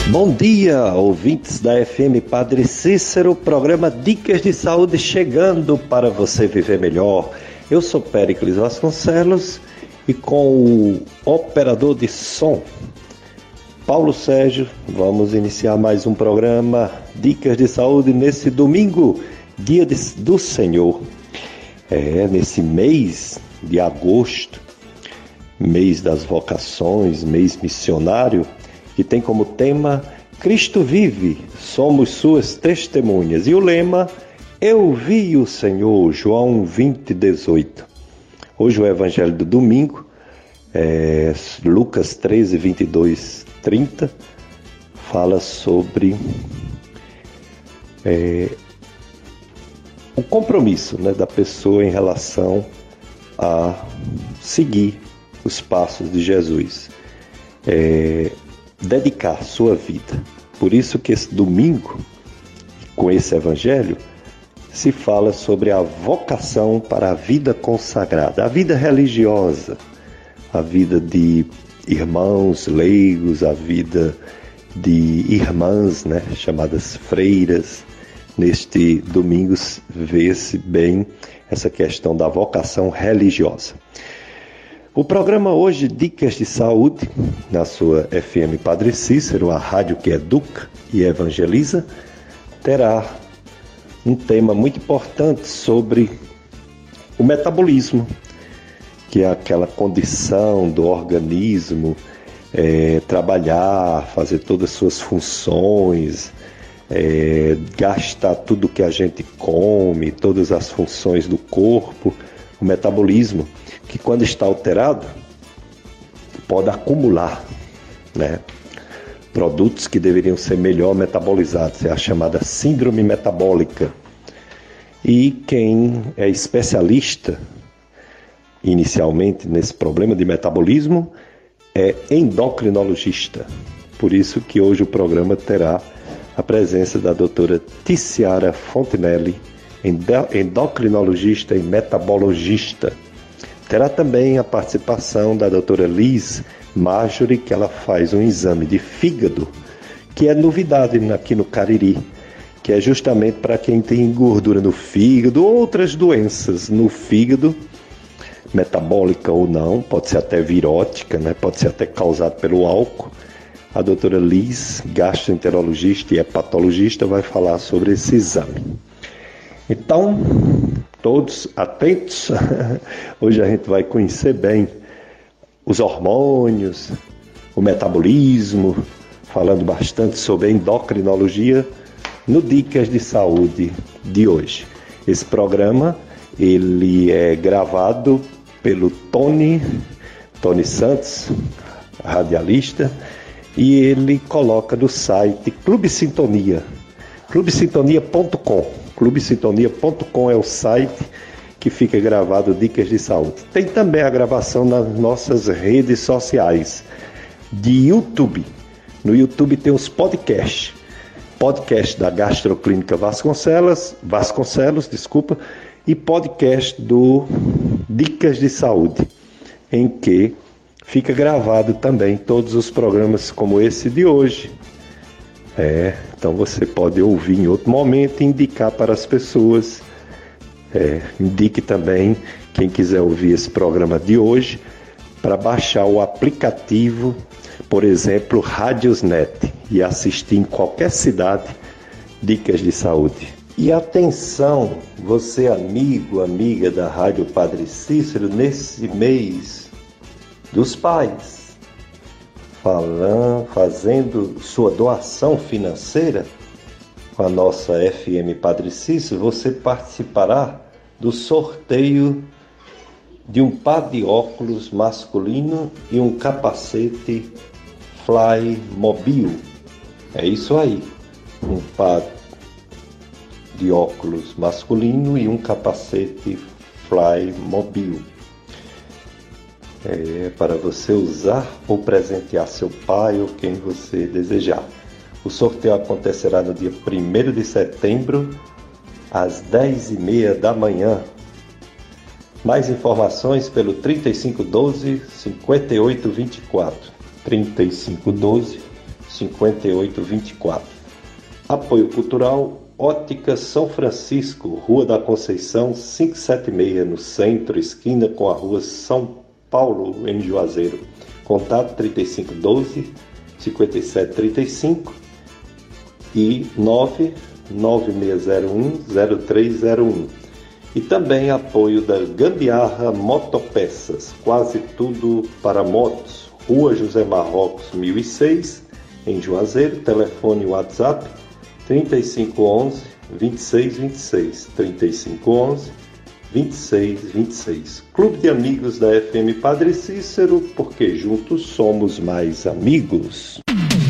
Bom dia, ouvintes da FM Padre Cícero, programa Dicas de Saúde chegando para você viver melhor. Eu sou Péricles Vasconcelos e com o operador de som, Paulo Sérgio, vamos iniciar mais um programa Dicas de Saúde nesse domingo, dia do Senhor. Nesse mês de agosto, mês das vocações, mês missionário, que tem como tema Cristo vive, somos suas testemunhas. E o lema, eu vi o Senhor, João 20:18. Hoje o evangelho do domingo, Lucas 13, 22, 30, fala sobre o compromisso, da pessoa em relação a seguir os passos de Jesus. Dedicar sua vida. Por isso que esse domingo, com esse evangelho, se fala sobre a vocação para a vida consagrada, a vida religiosa, a vida de irmãos leigos, a vida de irmãs, chamadas freiras. Neste domingo vê-se bem essa questão da vocação religiosa. O programa hoje, Dicas de Saúde, na sua FM Padre Cícero, a rádio que educa e evangeliza, terá um tema muito importante sobre o metabolismo, que é aquela condição do organismo trabalhar, fazer todas as suas funções, gastar tudo que a gente come, todas as funções do corpo, o metabolismo, que quando está alterado, pode acumular, produtos que deveriam ser melhor metabolizados, é a chamada síndrome metabólica. E quem é especialista, inicialmente, nesse problema de metabolismo, é endocrinologista. Por isso que hoje o programa terá a presença da doutora Ticiara Fontinelli, endocrinologista e metabologista. Terá também a participação da doutora Liz Marjorie, que ela faz um exame de fígado, que é novidade aqui no Cariri, que é justamente para quem tem gordura no fígado, outras doenças no fígado, metabólica ou não, pode ser até virótica, pode ser até causado pelo álcool. A doutora Liz, gastroenterologista e hepatologista, vai falar sobre esse exame. Então, todos atentos, hoje a gente vai conhecer bem os hormônios, o metabolismo, falando bastante sobre endocrinologia no Dicas de Saúde de hoje. Esse programa, ele é gravado pelo Tony Santos, radialista, e ele coloca no site Clube Sintonia, clubesintonia.com. clubesintonia.com é o site que fica gravado Dicas de Saúde. Tem também a gravação nas nossas redes sociais de YouTube. No YouTube tem os podcasts. Podcast da Gastroclínica Vasconcelos, e podcast do Dicas de Saúde, em que fica gravado também todos os programas como esse de hoje. Então você pode ouvir em outro momento e indicar para as pessoas. Indique também, quem quiser ouvir esse programa de hoje, para baixar o aplicativo, por exemplo, Radiosnet, e assistir em qualquer cidade Dicas de Saúde. E atenção, você amigo, amiga da Rádio Padre Cícero, nesse mês dos pais, fazendo sua doação financeira com a nossa FM Padre Cícero, você participará do sorteio de um par de óculos masculino e um capacete Fly Mobil. É isso aí, um par de óculos masculino e um capacete Fly Mobil. Para você usar ou presentear seu pai ou quem você desejar. O sorteio acontecerá no dia 1º de setembro, às 10h30 da manhã. Mais informações pelo 3512-5824. 3512 5824. Apoio cultural Ótica São Francisco, Rua da Conceição 576, no centro, esquina com a Rua São Paulo, em Juazeiro. Contato 3512-5735 e 99601-0301. E também apoio da Gambiarra Motopeças, quase tudo para motos, Rua José Marrocos 1006, em Juazeiro. Telefone WhatsApp 3511-2626, 3511-2626. Clube de Amigos da FM Padre Cícero, porque juntos somos mais amigos.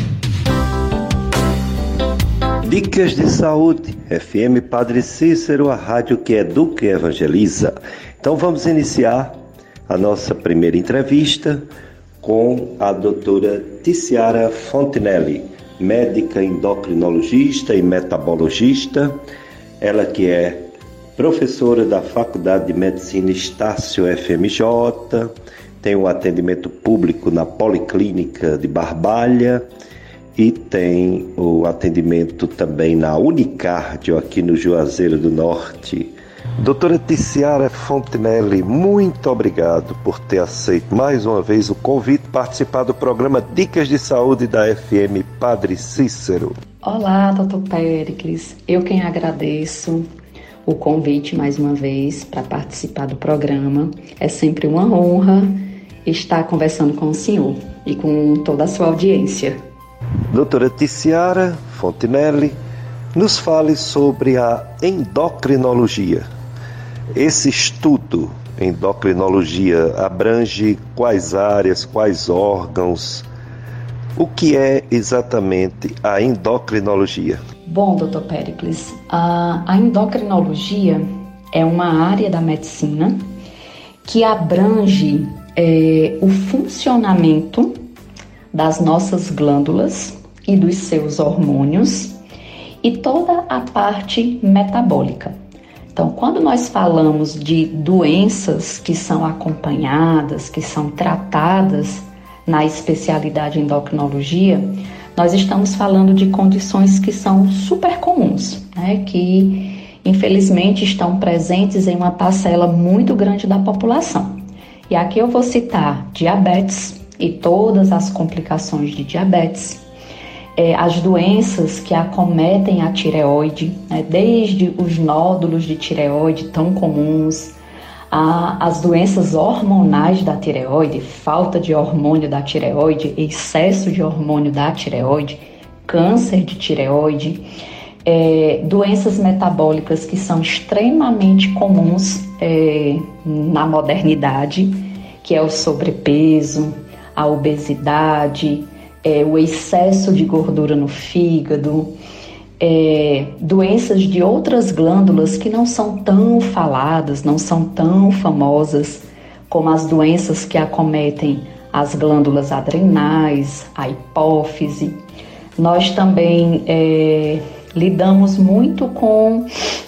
Dicas de Saúde, FM Padre Cícero, a rádio que educa e evangeliza. Então vamos iniciar a nossa primeira entrevista com a doutora Ticiara Fontinelli, médica endocrinologista e metabologista, ela que é professora da Faculdade de Medicina Estácio FMJ, tem um atendimento público na Policlínica de Barbalha e tem o atendimento também na Unicardio, aqui no Juazeiro do Norte. Doutora Ticiara Fontinelli, muito obrigado por ter aceito mais uma vez o convite de participar do programa Dicas de Saúde da FM Padre Cícero. Olá, doutor Péricles. Eu quem agradeço o convite mais uma vez para participar do programa. É sempre uma honra estar conversando com o senhor e com toda a sua audiência. Doutora Ticiara Fontinelli, nos fale sobre a endocrinologia. Esse estudo, endocrinologia, abrange quais áreas, quais órgãos? O que é exatamente a endocrinologia? Bom, doutor Péricles, a endocrinologia é uma área da medicina que abrange o funcionamento das nossas glândulas e dos seus hormônios e toda a parte metabólica. Então, quando nós falamos de doenças que são acompanhadas, que são tratadas na especialidade endocrinologia, nós estamos falando de condições que são super comuns, né? Que infelizmente estão presentes em uma parcela muito grande da população. E aqui eu vou citar diabetes e todas as complicações de diabetes, as doenças que acometem a tireoide, né, desde os nódulos de tireoide tão comuns, as doenças hormonais da tireoide, falta de hormônio da tireoide, excesso de hormônio da tireoide, câncer de tireoide, doenças metabólicas que são extremamente comuns na modernidade, que é o sobrepeso, a obesidade, o excesso de gordura no fígado, doenças de outras glândulas que não são tão faladas, não são tão famosas, como as doenças que acometem as glândulas adrenais, a hipófise. Nós também lidamos muito com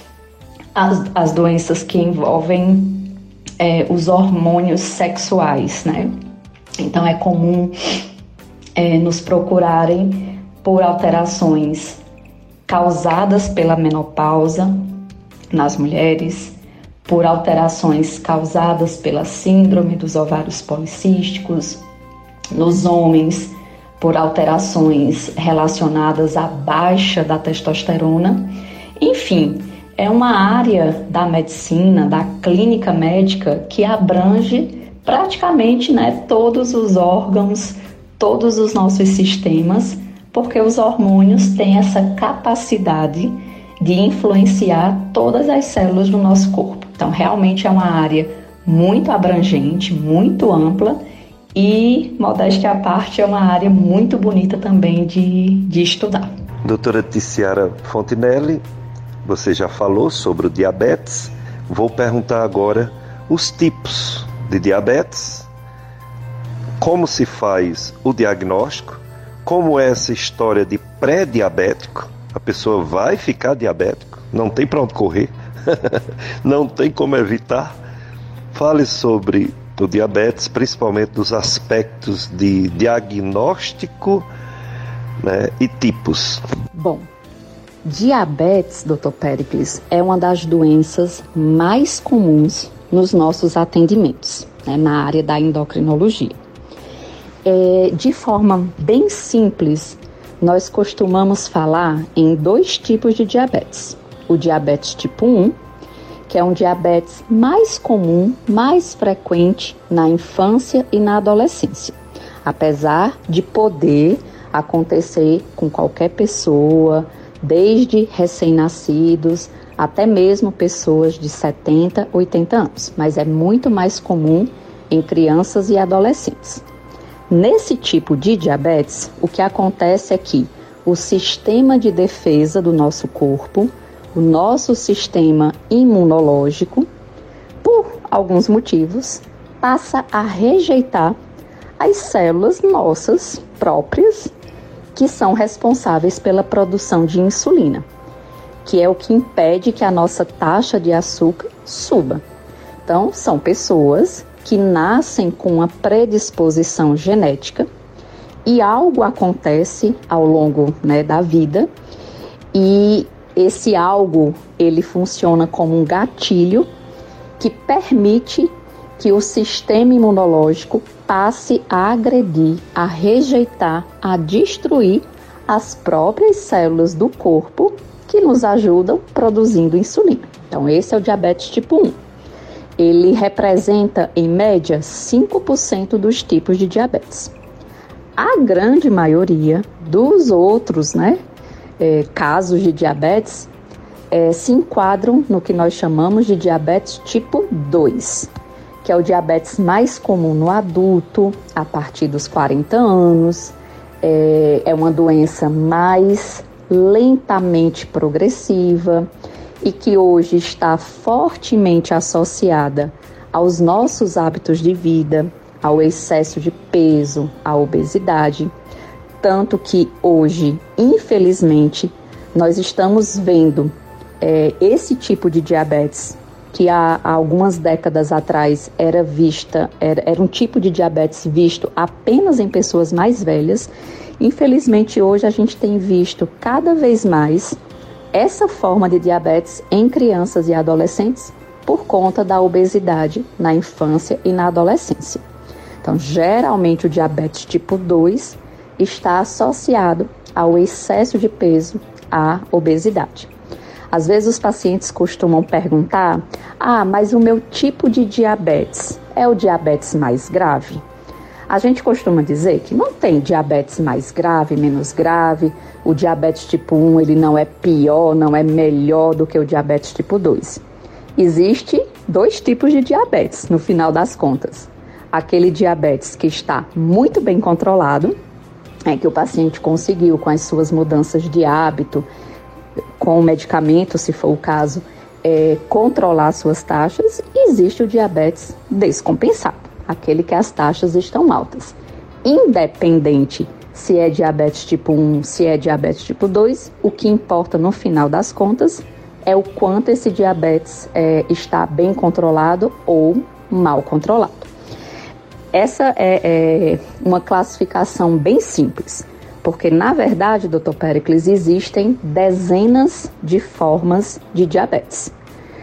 as doenças que envolvem os hormônios sexuais, né? Então é comum nos procurarem por alterações causadas pela menopausa nas mulheres, por alterações causadas pela síndrome dos ovários policísticos, nos homens, por alterações relacionadas à baixa da testosterona. Enfim, é uma área da medicina, da clínica médica, que abrange praticamente, né, todos os órgãos, todos os nossos sistemas, porque os hormônios têm essa capacidade de influenciar todas as células do nosso corpo. Então, realmente é uma área muito abrangente, muito ampla e, modéstia à parte, é uma área muito bonita também de estudar. Doutora Ticiara Fontinelli, você já falou sobre o diabetes. Vou perguntar agora os tipos de diabetes, como se faz o diagnóstico, como é essa história de pré-diabético, a pessoa vai ficar diabético, não tem para onde correr, não tem como evitar. Fale sobre o diabetes, principalmente dos aspectos de diagnóstico né, e tipos? Bom, diabetes, Dr. Péricles, é uma das doenças mais comuns nos nossos atendimentos, né, na área da endocrinologia. De forma bem simples, nós costumamos falar em 2 tipos de diabetes. O diabetes tipo 1, que é um diabetes mais comum, mais frequente na infância e na adolescência, apesar de poder acontecer com qualquer pessoa, desde recém-nascidos até mesmo pessoas de 70, 80 anos, mas é muito mais comum em crianças e adolescentes. Nesse tipo de diabetes, o que acontece é que o sistema de defesa do nosso corpo, o nosso sistema imunológico, por alguns motivos, passa a rejeitar as células nossas próprias que são responsáveis pela produção de insulina, que é o que impede que a nossa taxa de açúcar suba. Então, são pessoas que nascem com uma predisposição genética e algo acontece ao longo, né, da vida, e esse algo, ele funciona como um gatilho que permite que o sistema imunológico passe a agredir, a rejeitar, a destruir as próprias células do corpo que nos ajudam produzindo insulina. Então, esse é o diabetes tipo 1. Ele representa, em média, 5% dos tipos de diabetes. A grande maioria dos outros, casos de diabetes se enquadram no que nós chamamos de diabetes tipo 2, que é o diabetes mais comum no adulto, a partir dos 40 anos. É uma doença mais lentamente progressiva e que hoje está fortemente associada aos nossos hábitos de vida, ao excesso de peso, à obesidade. Tanto que hoje, infelizmente, nós estamos vendo esse tipo de diabetes, que há algumas décadas atrás era um tipo de diabetes visto apenas em pessoas mais velhas. Infelizmente, hoje a gente tem visto cada vez mais essa forma de diabetes em crianças e adolescentes por conta da obesidade na infância e na adolescência. Então, geralmente o diabetes tipo 2 está associado ao excesso de peso, à obesidade. Às vezes os pacientes costumam perguntar: mas o meu tipo de diabetes é o diabetes mais grave? A gente costuma dizer que não tem diabetes mais grave, menos grave. O diabetes tipo 1 ele não é pior, não é melhor do que o diabetes tipo 2. Existem 2 tipos de diabetes, no final das contas. Aquele diabetes que está muito bem controlado, que o paciente conseguiu, com as suas mudanças de hábito, com o medicamento, se for o caso, controlar suas taxas. E existe o diabetes descompensado, aquele que as taxas estão altas. Independente se é diabetes tipo 1, se é diabetes tipo 2, o que importa no final das contas é o quanto esse diabetes está bem controlado ou mal controlado. Essa é uma classificação bem simples, porque na verdade, Dr. Péricles, existem dezenas de formas de diabetes.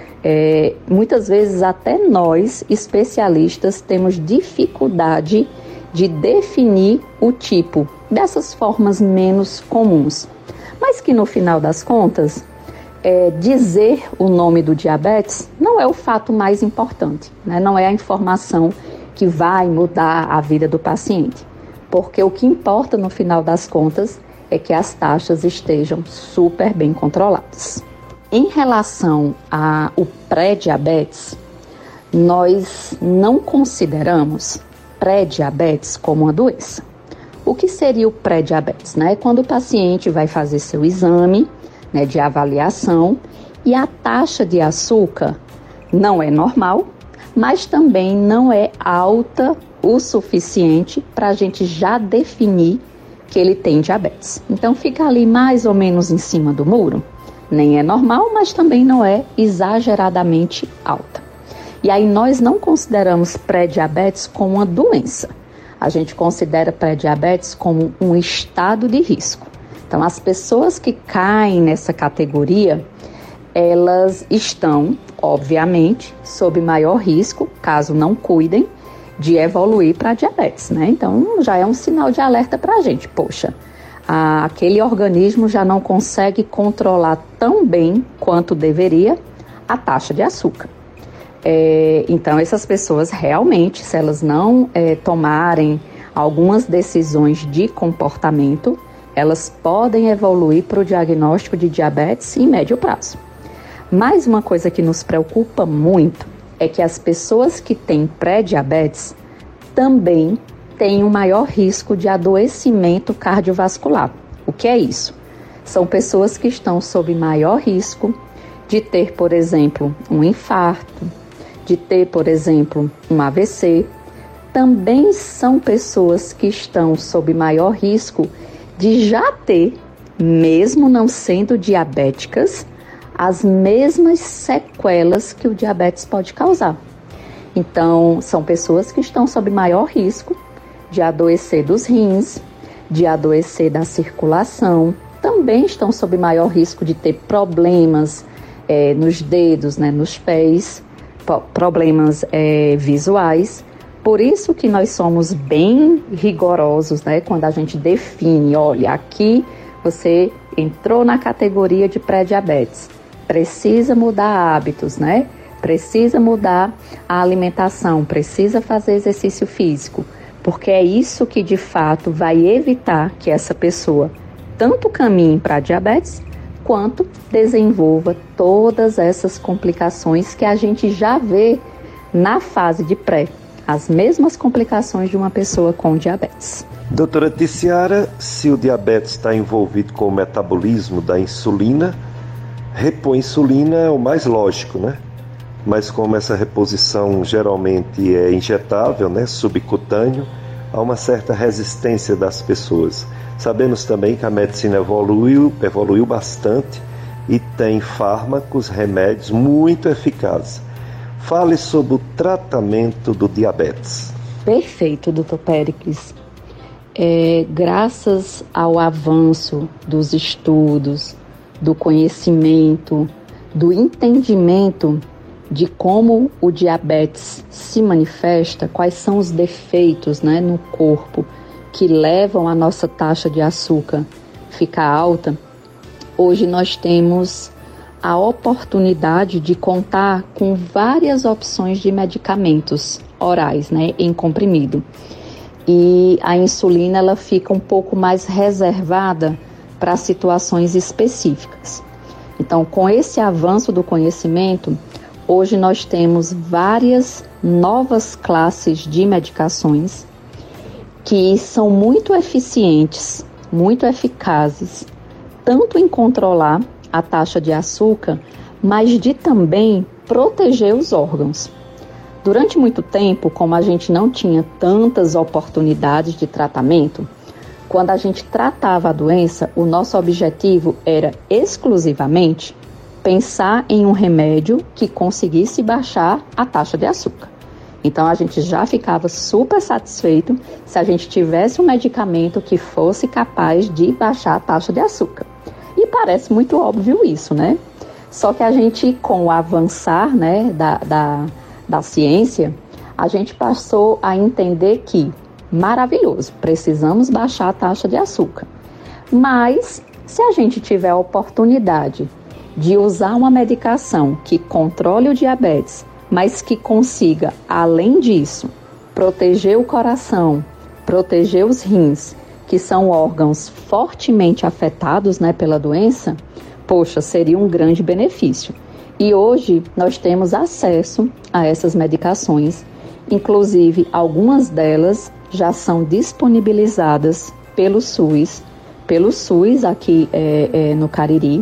Muitas vezes até nós, especialistas, temos dificuldade de definir o tipo dessas formas menos comuns, mas que no final das contas, dizer o nome do diabetes não é o fato mais importante, né? Não é a informação que vai mudar a vida do paciente, porque o que importa no final das contas é que as taxas estejam super bem controladas. Em relação ao pré-diabetes, nós não consideramos pré-diabetes como uma doença. O que seria o pré-diabetes? Quando o paciente vai fazer seu exame, de avaliação, e a taxa de açúcar não é normal, mas também não é alta o suficiente para a gente já definir que ele tem diabetes. Então fica ali mais ou menos em cima do muro. Nem é normal, mas também não é exageradamente alta. E aí nós não consideramos pré-diabetes como uma doença. A gente considera pré-diabetes como um estado de risco. Então, as pessoas que caem nessa categoria, elas estão, obviamente, sob maior risco, caso não cuidem, de evoluir para diabetes, né? Então, já é um sinal de alerta para a gente. Poxa, aquele organismo já não consegue controlar tão bem quanto deveria a taxa de açúcar. Então, essas pessoas realmente, se elas não tomarem algumas decisões de comportamento, elas podem evoluir para o diagnóstico de diabetes em médio prazo. Mas uma coisa que nos preocupa muito é que as pessoas que têm pré-diabetes também têm um maior risco de adoecimento cardiovascular. O que é isso? São pessoas que estão sob maior risco de ter, por exemplo, um infarto, de ter, por exemplo, um AVC. Também são pessoas que estão sob maior risco de já ter, mesmo não sendo diabéticas, as mesmas sequelas que o diabetes pode causar. Então, são pessoas que estão sob maior risco de adoecer dos rins, de adoecer da circulação, também estão sob maior risco de ter problemas nos dedos, né, nos pés, problemas visuais. Por isso que nós somos bem rigorosos, né, quando a gente define, olha, aqui você entrou na categoria de pré-diabetes. Precisa mudar hábitos, né? Precisa mudar a alimentação, precisa fazer exercício físico, porque é isso que de fato vai evitar que essa pessoa tanto caminhe para a diabetes, quanto desenvolva todas essas complicações que a gente já vê na fase de pré, as mesmas complicações de uma pessoa com diabetes. Doutora Ticiara, se o diabetes está envolvido com o metabolismo da insulina, repor insulina é o mais lógico, né? Mas como essa reposição geralmente é injetável, né, subcutâneo, há uma certa resistência das pessoas. Sabemos também que a medicina evoluiu bastante e tem fármacos, remédios muito eficazes. Fale sobre o tratamento do diabetes. Perfeito, doutor Péricles. Graças ao avanço dos estudos, do conhecimento, do entendimento de como o diabetes se manifesta, quais são os defeitos, né, no corpo que levam a nossa taxa de açúcar ficar alta, hoje nós temos a oportunidade de contar com várias opções de medicamentos orais, né, em comprimido. E a insulina ela fica um pouco mais reservada para situações específicas. Então, com esse avanço do conhecimento, hoje nós temos várias novas classes de medicações que são muito eficientes, muito eficazes, tanto em controlar a taxa de açúcar, mas de também proteger os órgãos. Durante muito tempo, como a gente não tinha tantas oportunidades de tratamento, quando a gente tratava a doença, o nosso objetivo era exclusivamente pensar em um remédio que conseguisse baixar a taxa de açúcar. Então, a gente já ficava super satisfeito se a gente tivesse um medicamento que fosse capaz de baixar a taxa de açúcar. E parece muito óbvio isso, né? Só que a gente, com o avançar, né, da ciência, a gente passou a entender que, maravilhoso, precisamos baixar a taxa de açúcar. Mas, se a gente tiver a oportunidade de usar uma medicação que controle o diabetes, mas que consiga, além disso, proteger o coração, proteger os rins, que são órgãos fortemente afetados, né, pela doença, poxa, seria um grande benefício. E hoje nós temos acesso a essas medicações, inclusive algumas delas já são disponibilizadas pelo SUS aqui no Cariri,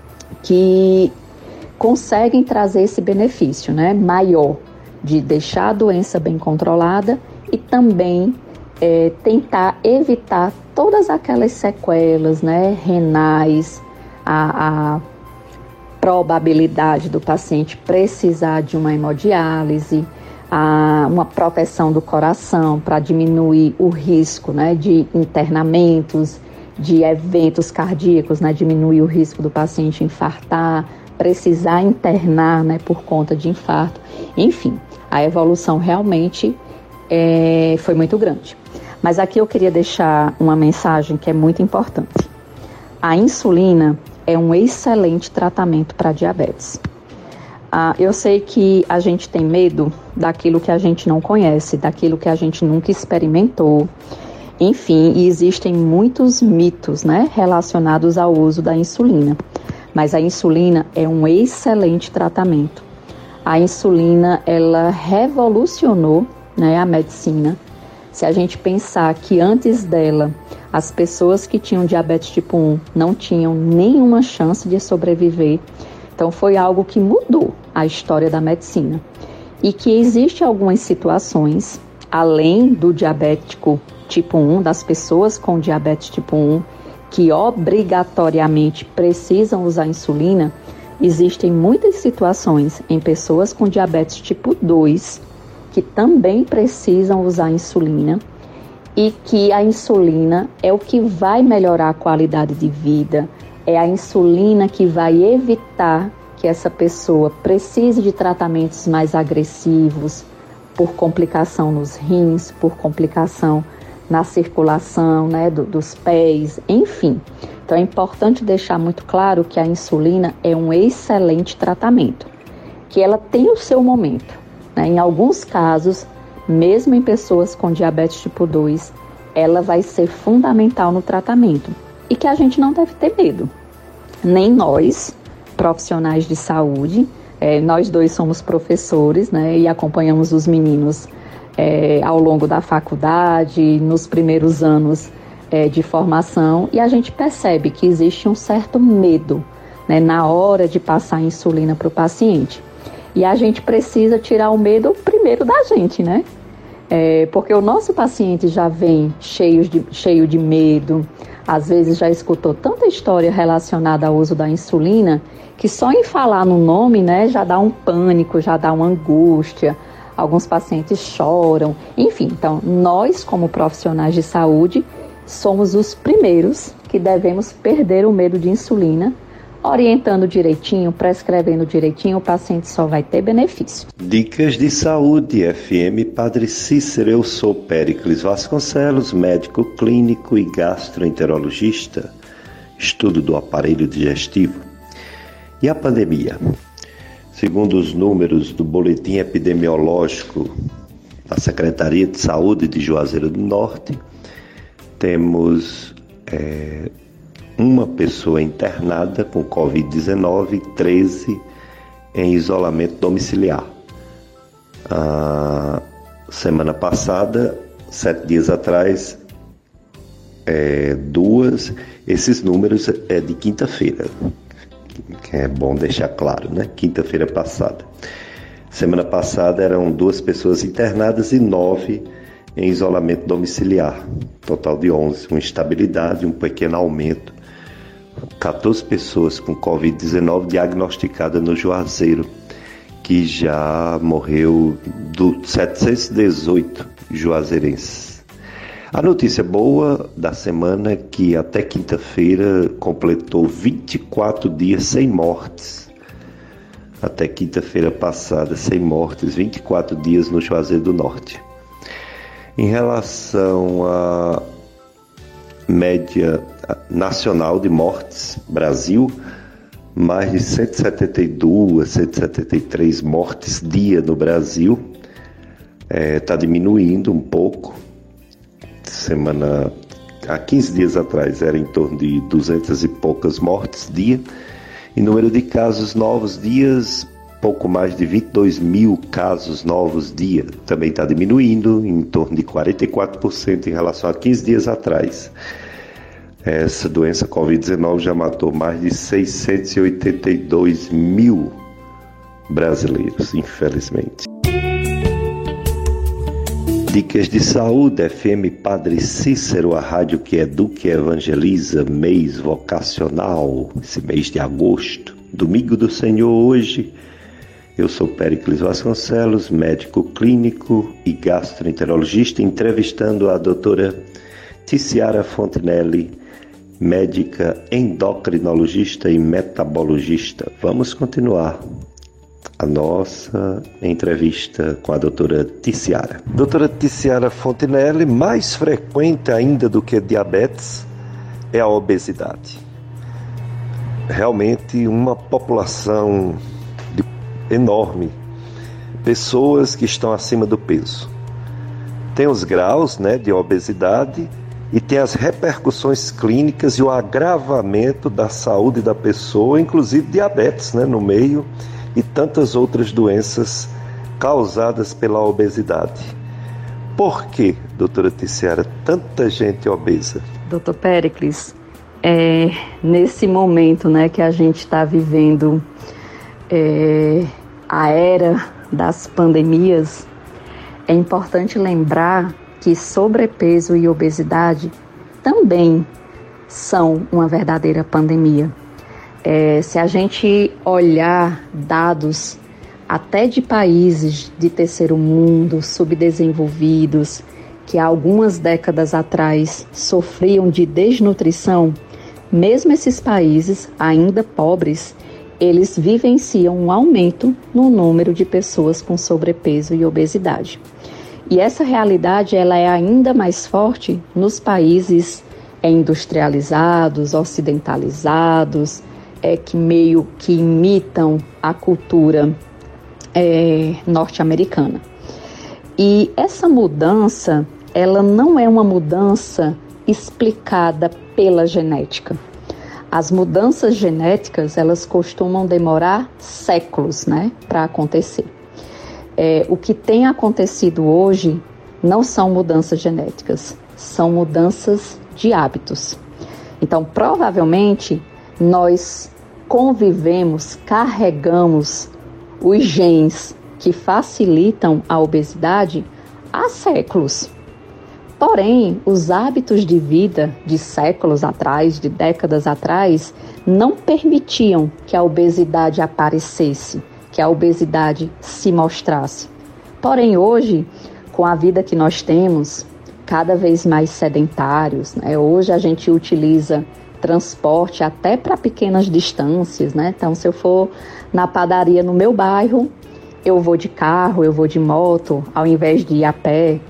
que conseguem trazer esse benefício, né, maior de deixar a doença bem controlada e também tentar evitar todas aquelas sequelas, né, renais, a probabilidade do paciente precisar de uma hemodiálise, uma proteção do coração para diminuir o risco, né, de internamentos, de eventos cardíacos, né, diminuir o risco do paciente infartar, precisar internar, né, por conta de infarto. Enfim, a evolução realmente foi muito grande. Mas aqui eu queria deixar uma mensagem que é muito importante. A insulina é um excelente tratamento para diabetes. Eu sei que a gente tem medo daquilo que a gente não conhece, daquilo que a gente nunca experimentou. Enfim, e existem muitos mitos, né, relacionados ao uso da insulina. Mas a insulina é um excelente tratamento. A insulina, ela revolucionou, né, a medicina. Se a gente pensar que antes dela, as pessoas que tinham diabetes tipo 1 não tinham nenhuma chance de sobreviver. Então foi algo que mudou a história da medicina. E que existe algumas situações, além do diabético tipo 1, das pessoas com diabetes tipo 1, que obrigatoriamente precisam usar insulina, existem muitas situações em pessoas com diabetes tipo 2 que também precisam usar insulina e que a insulina é o que vai melhorar a qualidade de vida, é a insulina que vai evitar que essa pessoa precise de tratamentos mais agressivos por complicação nos rins, por complicação na circulação, né, dos pés, enfim. Então é importante deixar muito claro que a insulina é um excelente tratamento, que ela tem o seu momento, né? Em alguns casos, mesmo em pessoas com diabetes tipo 2, ela vai ser fundamental no tratamento e que a gente não deve ter medo, nem nós, profissionais de saúde, nós dois somos professores, né, e acompanhamos os meninos ao longo da faculdade, nos primeiros anos de formação, e a gente percebe que existe um certo medo, né, na hora de passar a insulina para o paciente. E a gente precisa tirar o medo primeiro da gente, né? Porque o nosso paciente já vem cheio de medo, às vezes já escutou tanta história relacionada ao uso da insulina, que só em falar no nome, né, já dá um pânico, já dá uma angústia. Alguns pacientes choram, enfim. Então, nós, como profissionais de saúde, somos os primeiros que devemos perder o medo de insulina, orientando direitinho, prescrevendo direitinho, o paciente só vai ter benefício. Dicas de Saúde, FM Padre Cícero. Eu sou Péricles Vasconcelos, médico clínico e gastroenterologista, estudo do aparelho digestivo. E a pandemia? Segundo os números do boletim epidemiológico da Secretaria de Saúde de Juazeiro do Norte, temos uma pessoa internada com Covid-19 e 13 em isolamento domiciliar. Semana passada, 7 dias atrás, esses números é de quinta-feira, que é bom deixar claro, né? Quinta-feira passada. Semana passada eram 2 pessoas internadas e 9 em isolamento domiciliar. Total de 11, uma estabilidade, um pequeno aumento. 14 pessoas com Covid-19 diagnosticadas no Juazeiro, que já morreu 718 juazeirenses. A notícia boa da semana é que até quinta-feira completou 24 dias sem mortes. Até quinta-feira passada, sem mortes, 24 dias no Juazeiro do Norte. Em relação à média nacional de mortes, Brasil, mais de 172, 173 mortes dia no Brasil. Está diminuindo um pouco. Há 15 dias atrás era em torno de 200 e poucas mortes dia. E número de casos novos dias, pouco mais de 22 mil casos novos dia. Também está diminuindo em torno de 44% em relação a 15 dias atrás. Essa doença Covid-19 já matou mais de 682 mil brasileiros, infelizmente. Dicas de Saúde, FM Padre Cícero, a rádio que educa e evangeliza, mês vocacional, esse mês de agosto. Domingo do Senhor hoje, Eu sou Péricles Vasconcelos, médico clínico e gastroenterologista, entrevistando a doutora Ticiara Fontinelli, médica endocrinologista e metabologista. Vamos continuar a nossa entrevista com a doutora Ticiara. Doutora Ticiara Fontinelli, mais frequente ainda do que diabetes é a obesidade. Realmente uma população enorme, pessoas que estão acima do peso. Tem os graus, de obesidade e tem as repercussões clínicas e o agravamento da saúde da pessoa, inclusive diabetes, no meio, e tantas outras doenças causadas pela obesidade. Por que, doutora Ticiara, tanta gente obesa? Doutor Péricles, nesse momento que a gente está vivendo a era das pandemias, é importante lembrar que sobrepeso e obesidade também são uma verdadeira pandemia. Se a gente olhar dados até de países de terceiro mundo, subdesenvolvidos, que há algumas décadas atrás sofriam de desnutrição, mesmo esses países ainda pobres, eles vivenciam um aumento no número de pessoas com sobrepeso e obesidade. E essa realidade ela é ainda mais forte nos países industrializados, ocidentalizados, que meio que imitam a cultura norte-americana. E essa mudança, ela não é uma mudança explicada pela genética. As mudanças genéticas, elas costumam demorar séculos, para acontecer. O que tem acontecido hoje não são mudanças genéticas, são mudanças de hábitos. Então, provavelmente, nós convivemos, carregamos os genes que facilitam a obesidade há séculos. Porém, os hábitos de vida de séculos atrás, de décadas atrás, não permitiam que a obesidade aparecesse, que a obesidade se mostrasse. Porém, hoje, com a vida que nós temos, cada vez mais sedentários, hoje a gente utiliza transporte até para pequenas distâncias, Então, se eu for na padaria no meu bairro, eu vou de carro, eu vou de moto, ao invés de ir a pé.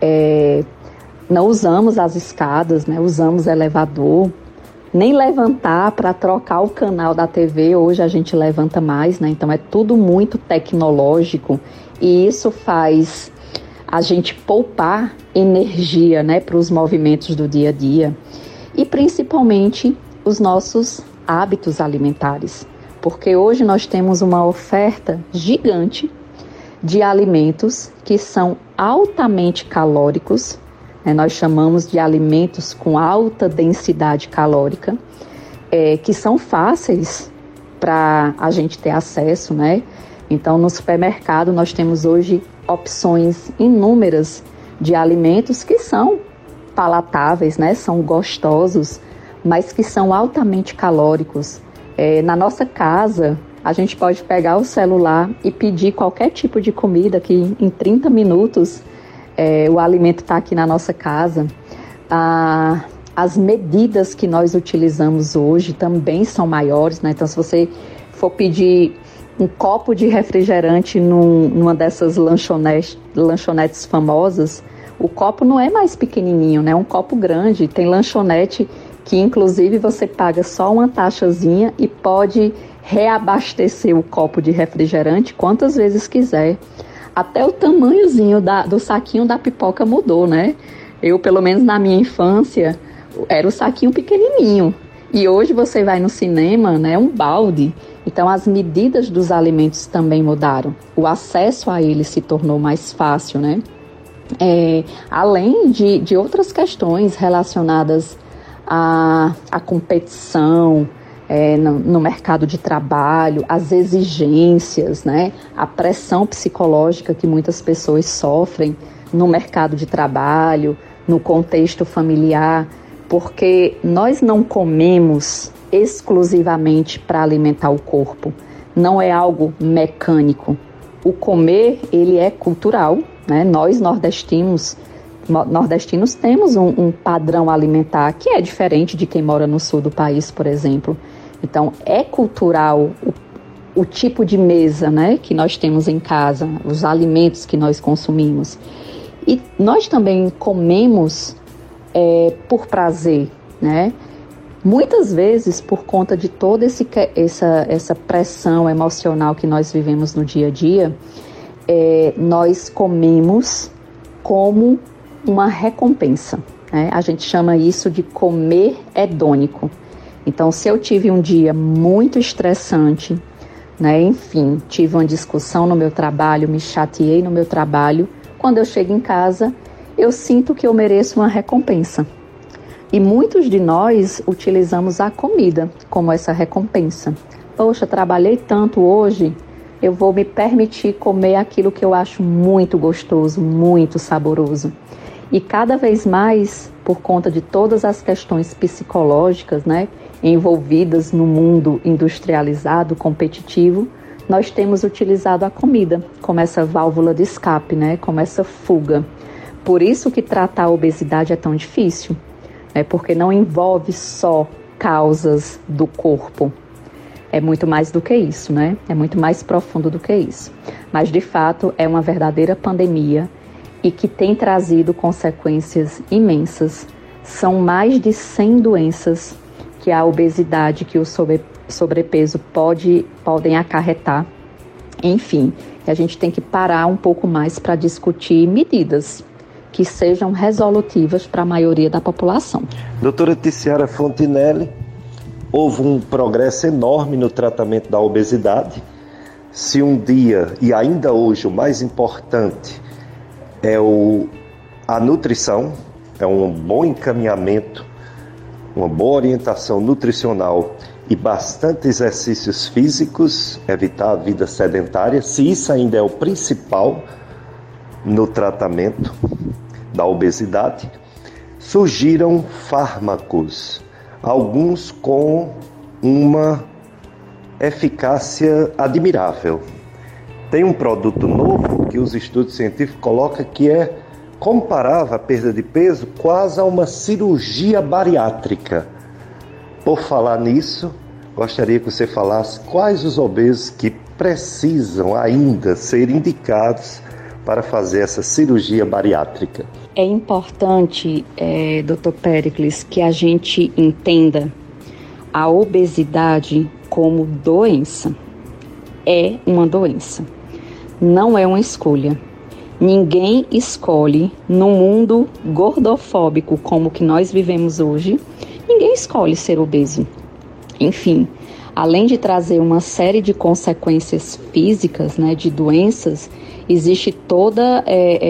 Não usamos as escadas, usamos elevador, nem levantar para trocar o canal da TV, hoje a gente levanta mais, Então é tudo muito tecnológico e isso faz a gente poupar energia, para os movimentos do dia a dia e principalmente os nossos hábitos alimentares, porque hoje nós temos uma oferta gigante de alimentos que são altamente calóricos. Nós chamamos de alimentos com alta densidade calórica, que são fáceis para a gente ter acesso, Então, no supermercado, nós temos hoje opções inúmeras de alimentos que são palatáveis, são gostosos, mas que são altamente calóricos. Na nossa casa, a gente pode pegar o celular e pedir qualquer tipo de comida que em 30 minutos o alimento está aqui na nossa casa. As medidas que nós utilizamos hoje também são maiores, Então, se você for pedir um copo de refrigerante numa dessas lanchonetes famosas, o copo não é mais pequenininho, É um copo grande. Tem lanchonete que, inclusive, você paga só uma taxazinha e pode reabastecer o copo de refrigerante quantas vezes quiser. Até o tamanhozinho do saquinho da pipoca mudou, Eu, pelo menos na minha infância, era o saquinho pequenininho. E hoje você vai no cinema, um balde. Então, as medidas dos alimentos também mudaram. O acesso a eles se tornou mais fácil, Além de outras questões relacionadas à competição, no mercado de trabalho, as exigências, a pressão psicológica que muitas pessoas sofrem no mercado de trabalho, no contexto familiar, porque nós não comemos exclusivamente para alimentar o corpo. não é algo mecânico. O comer, ele é cultural, né? Nós nordestinos temos um padrão alimentar que é diferente de quem mora no sul do país, por exemplo. Então, é cultural o tipo de mesa, né, que nós temos em casa, os alimentos que nós consumimos. E nós também comemos por prazer, né? Muitas vezes, por conta de toda essa pressão emocional que nós vivemos no dia a dia, nós comemos como uma recompensa, né? A gente chama isso de comer hedônico. Então, se eu tive um dia muito estressante, né, enfim, tive uma discussão no meu trabalho, me chateei no meu trabalho, quando eu chego em casa, eu sinto que eu mereço uma recompensa. E muitos de nós utilizamos a comida como essa recompensa. Poxa, trabalhei tanto hoje, eu vou me permitir comer aquilo que eu acho muito gostoso, muito saboroso. E cada vez mais, por conta de todas as questões psicológicas, né, envolvidas no mundo industrializado, competitivo, nós temos utilizado a comida como essa válvula de escape, né, como essa fuga. Por isso que tratar a obesidade é tão difícil. Porque não envolve só causas do corpo. É muito mais do que isso, né? É muito mais profundo do que isso. Mas, de fato, é uma verdadeira pandemia e que tem trazido consequências imensas. São mais de 100 doenças que a obesidade, que o sobrepeso podem acarretar. Enfim, a gente tem que parar um pouco mais para discutir medidas que sejam resolutivas para a maioria da população. Doutora Tiziara Fontinelli, houve um progresso enorme no tratamento da obesidade. Se um dia, e ainda hoje, o mais importante é a nutrição, é um bom encaminhamento, uma boa orientação nutricional e bastante exercícios físicos, evitar a vida sedentária, se isso ainda é o principal no tratamento da obesidade, surgiram fármacos, alguns com uma eficácia admirável. Tem um produto novo que os estudos científicos colocam que é comparável a perda de peso quase a uma cirurgia bariátrica. Por falar nisso, gostaria que você falasse quais os obesos que precisam ainda ser indicados para fazer essa cirurgia bariátrica. É importante, Dr. Péricles, que a gente entenda a obesidade como doença. É uma doença, não é uma escolha. Ninguém escolhe, no mundo gordofóbico como que nós vivemos hoje, ninguém escolhe ser obeso. Enfim, além de trazer uma série de consequências físicas, né, de doenças, existe toda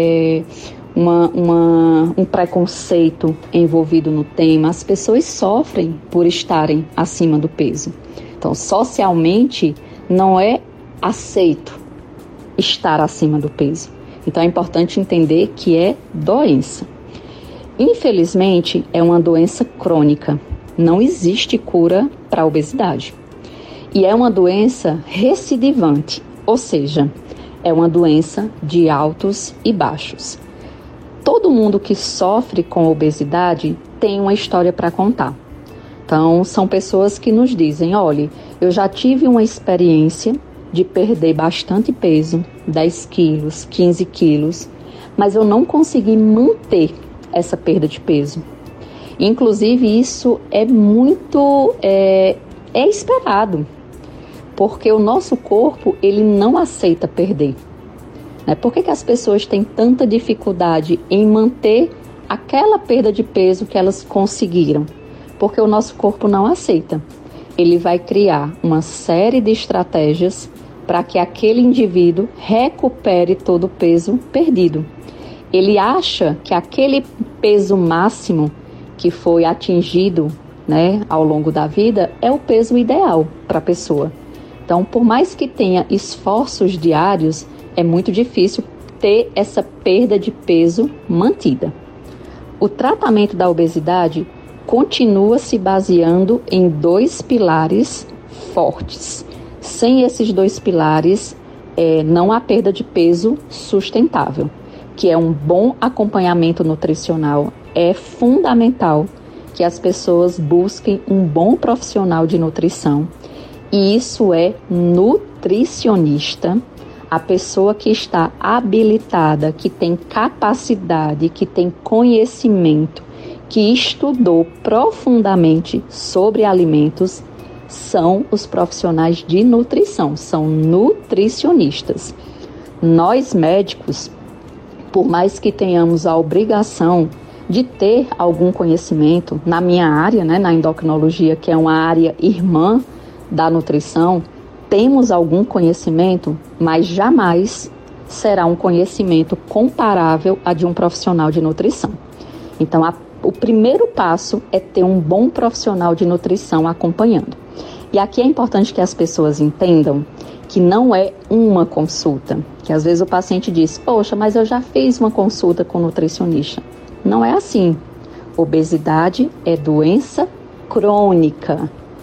um preconceito envolvido no tema. As pessoas sofrem por estarem acima do peso. Então, socialmente, não é aceito estar acima do peso. Então, é importante entender que é doença. Infelizmente, é uma doença crônica. Não existe cura para a obesidade. E é uma doença recidivante, ou seja, é uma doença de altos e baixos. Todo mundo que sofre com obesidade tem uma história para contar. Então, são pessoas que nos dizem, olha, eu já tive uma experiência de perder bastante peso, 10 quilos, 15 quilos, mas eu não consegui manter essa perda de peso. Inclusive, isso é muito esperado, porque o nosso corpo, ele não aceita perder. Por que as pessoas têm tanta dificuldade em manter aquela perda de peso que elas conseguiram? Porque o nosso corpo não aceita. Ele vai criar uma série de estratégias para que aquele indivíduo recupere todo o peso perdido. Ele acha que aquele peso máximo que foi atingido, né, ao longo da vida é o peso ideal para a pessoa. Então, por mais que tenha esforços diários, é muito difícil ter essa perda de peso mantida. O tratamento da obesidade continua se baseando em 2 pilares fortes: Sem esses dois pilares, não há perda de peso sustentável, que é um bom acompanhamento nutricional. É fundamental que as pessoas busquem um bom profissional de nutrição, e isso é nutricionista, a pessoa que está habilitada, que tem capacidade, que tem conhecimento, que estudou profundamente sobre alimentos, são os profissionais de nutrição, são nutricionistas. Nós médicos, por mais que tenhamos a obrigação de ter algum conhecimento, na minha área, né, na endocrinologia, que é uma área irmã da nutrição, temos algum conhecimento, mas jamais será um conhecimento comparável a de um profissional de nutrição. Então, o primeiro passo é ter um bom profissional de nutrição acompanhando. E aqui é importante que as pessoas entendam que não é uma consulta, que às vezes o paciente diz, poxa, mas eu já fiz uma consulta com nutricionista. Não é assim. Obesidade é doença crônica.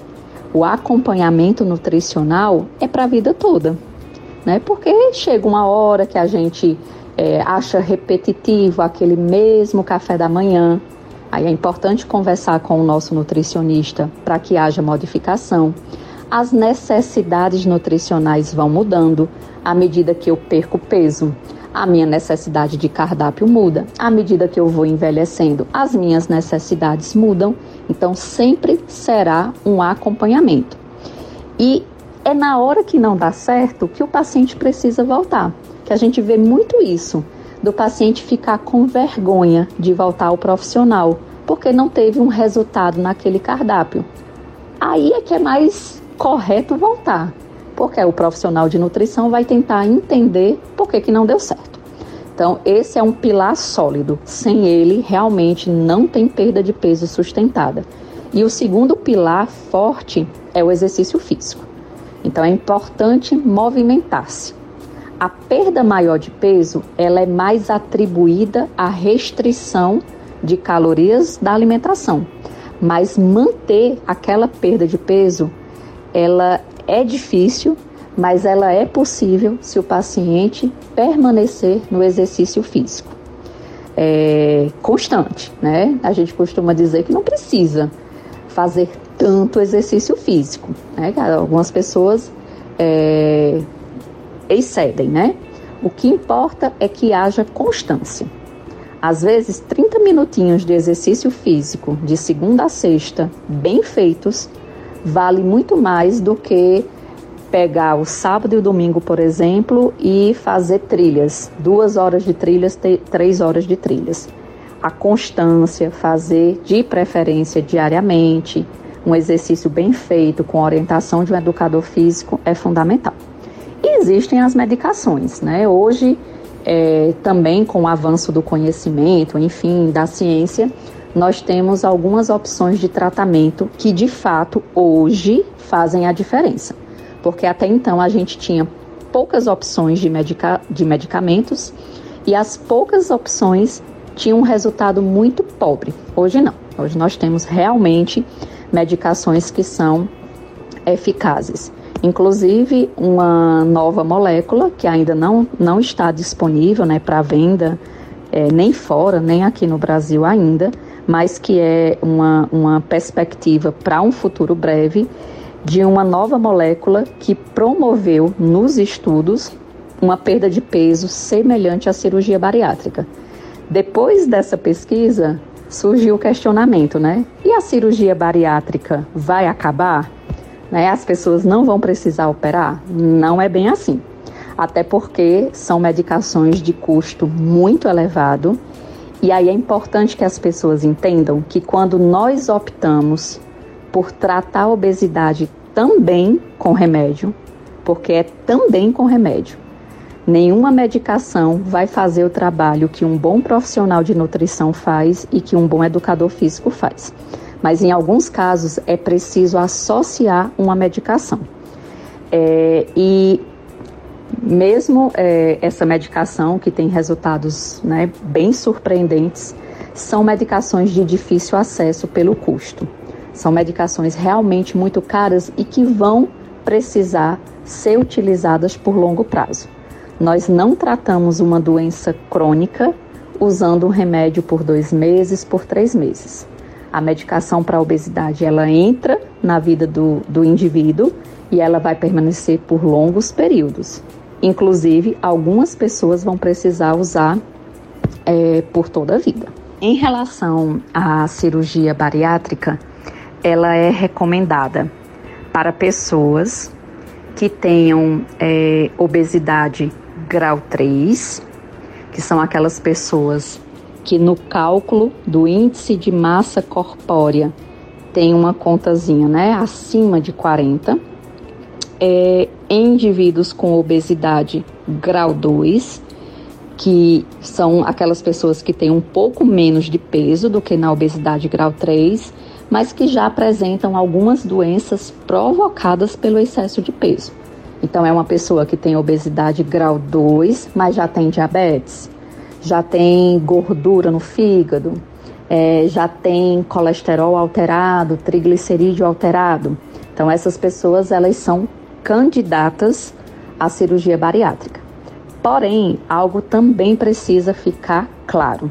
O acompanhamento nutricional é para a vida toda, né? Porque chega uma hora que a gente acha repetitivo aquele mesmo café da manhã. Aí é importante conversar com o nosso nutricionista para que haja modificação. As necessidades nutricionais vão mudando à medida que eu perco peso. A minha necessidade de cardápio muda. À medida que eu vou envelhecendo, as minhas necessidades mudam. Então, sempre será um acompanhamento. E é na hora que não dá certo que o paciente precisa voltar. Que a gente vê muito isso, do paciente ficar com vergonha de voltar ao profissional, porque não teve um resultado naquele cardápio. Aí é que é mais correto voltar, porque o profissional de nutrição vai tentar entender por que não deu certo. Então, esse é um pilar sólido. Sem ele, realmente não tem perda de peso sustentada. E o segundo pilar forte é o exercício físico. Então, é importante movimentar-se. A perda maior de peso, ela é mais atribuída à restrição de calorias da alimentação. Mas manter aquela perda de peso, ela é difícil, mas ela é possível se o paciente permanecer no exercício físico. Constante, né? A gente costuma dizer que não precisa fazer tanto exercício físico, né? Algumas pessoas excedem, né? O que importa é que haja constância. Às vezes, 30 minutinhos de exercício físico, de segunda a sexta, bem feitos, vale muito mais do que pegar o sábado e o domingo, por exemplo, e fazer trilhas. 2 horas de trilhas, 3 horas de trilhas. A constância, fazer de preferência diariamente, um exercício bem feito, com orientação de um educador físico, é fundamental. E existem as medicações, né? Hoje, também com o avanço do conhecimento, enfim, da ciência, nós temos algumas opções de tratamento que, de fato, hoje fazem a diferença. Porque até então a gente tinha poucas opções de medicamentos e as poucas opções tinham um resultado muito pobre. Hoje não. Hoje nós temos realmente medicações que são eficazes. Inclusive, uma nova molécula que ainda não está disponível, né, para venda, nem fora, nem aqui no Brasil ainda, mas que é uma perspectiva para um futuro breve, de uma nova molécula que promoveu nos estudos uma perda de peso semelhante à cirurgia bariátrica. Depois dessa pesquisa, surgiu o questionamento, né? E a cirurgia bariátrica vai acabar? Né? As pessoas não vão precisar operar? Não é bem assim. Até porque são medicações de custo muito elevado. E aí é importante que as pessoas entendam que quando nós optamos por tratar a obesidade também com remédio, porque é também com remédio, nenhuma medicação vai fazer o trabalho que um bom profissional de nutrição faz e que um bom educador físico faz. Mas em alguns casos é preciso associar uma medicação. E mesmo essa medicação, que tem resultados, né, bem surpreendentes, são medicações de difícil acesso pelo custo. São medicações realmente muito caras e que vão precisar ser utilizadas por longo prazo. Nós não tratamos uma doença crônica usando um remédio por 2 meses, por 3 meses. A medicação para a obesidade, ela entra na vida do indivíduo e ela vai permanecer por longos períodos. Inclusive, algumas pessoas vão precisar usar por toda a vida. Em relação à cirurgia bariátrica, ela é recomendada para pessoas que tenham obesidade grau 3, que são aquelas pessoas que no cálculo do índice de massa corpórea tem uma contazinha, né, acima de 40. Indivíduos com obesidade grau 2, que são aquelas pessoas que têm um pouco menos de peso do que na obesidade grau 3, mas que já apresentam algumas doenças provocadas pelo excesso de peso. Então, é uma pessoa que tem obesidade grau 2, mas já tem diabetes, já tem gordura no fígado, já tem colesterol alterado, triglicerídeo alterado. Então, essas pessoas, elas são candidatas à cirurgia bariátrica. Porém, algo também precisa ficar claro.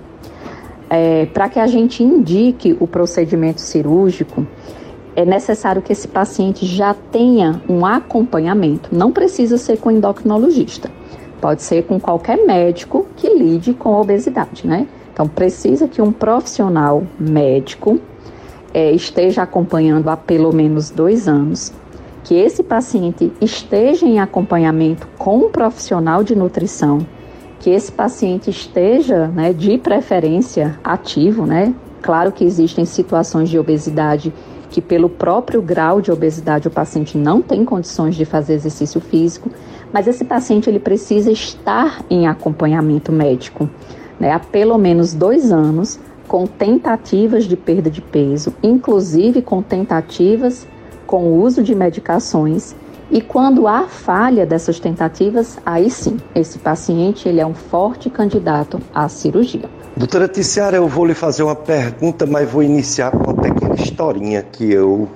Para que a gente indique o procedimento cirúrgico, é necessário que esse paciente já tenha um acompanhamento. Não precisa ser com endocrinologista. Pode ser com qualquer médico que lide com a obesidade, né? Então, precisa que um profissional médico esteja acompanhando há pelo menos 2 anos, que esse paciente esteja em acompanhamento com um profissional de nutrição, que esse paciente esteja, né, de preferência ativo, né? Claro que existem situações de obesidade que pelo próprio grau de obesidade o paciente não tem condições de fazer exercício físico, mas esse paciente ele precisa estar em acompanhamento médico, né, há pelo menos 2 anos, com tentativas de perda de peso, inclusive com tentativas com o uso de medicações, e quando há falha dessas tentativas, aí sim, esse paciente ele é um forte candidato à cirurgia. Doutora Tiziara, eu vou lhe fazer uma pergunta, mas vou iniciar com uma pequena historinha que eu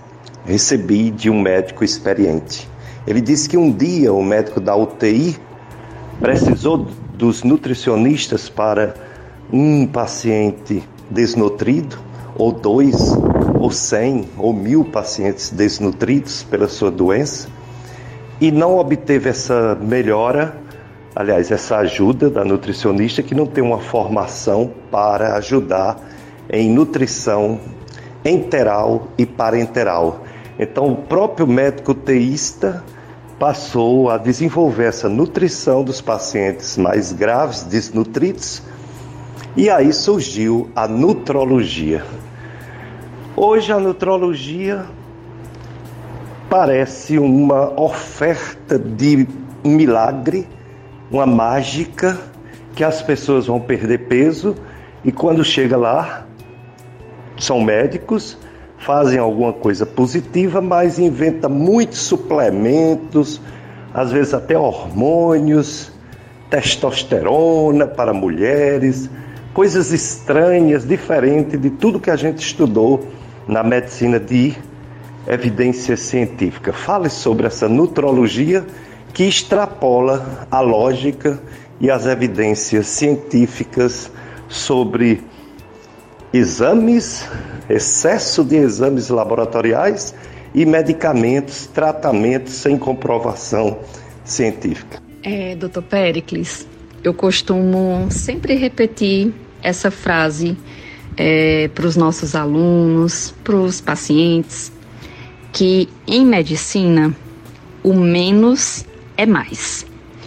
recebi de um médico experiente. Ele disse que um dia o médico da UTI precisou dos nutricionistas para um paciente desnutrido, ou 2, ou 100, ou 1000 pacientes desnutridos pela sua doença, e não obteve essa melhora, aliás, essa ajuda da nutricionista que não tem uma formação para ajudar em nutrição enteral e parenteral. Então, o próprio médico UTIsta passou a desenvolver essa nutrição dos pacientes mais graves, desnutridos, e aí surgiu a nutrologia. Hoje a nutrologia parece uma oferta de milagre, uma mágica, que as pessoas vão perder peso e quando chega lá, são médicos, fazem alguma coisa positiva, mas inventa muitos suplementos, às vezes até hormônios, testosterona para mulheres, coisas estranhas, diferentes de tudo que a gente estudou na medicina de evidência científica. Fale sobre essa nutrologia que extrapola a lógica e as evidências científicas sobre exames, excesso de exames laboratoriais e medicamentos, tratamentos sem comprovação científica. Dr. Péricles, eu costumo sempre repetir essa frase para os nossos alunos, para os pacientes, que em medicina o menos é mais.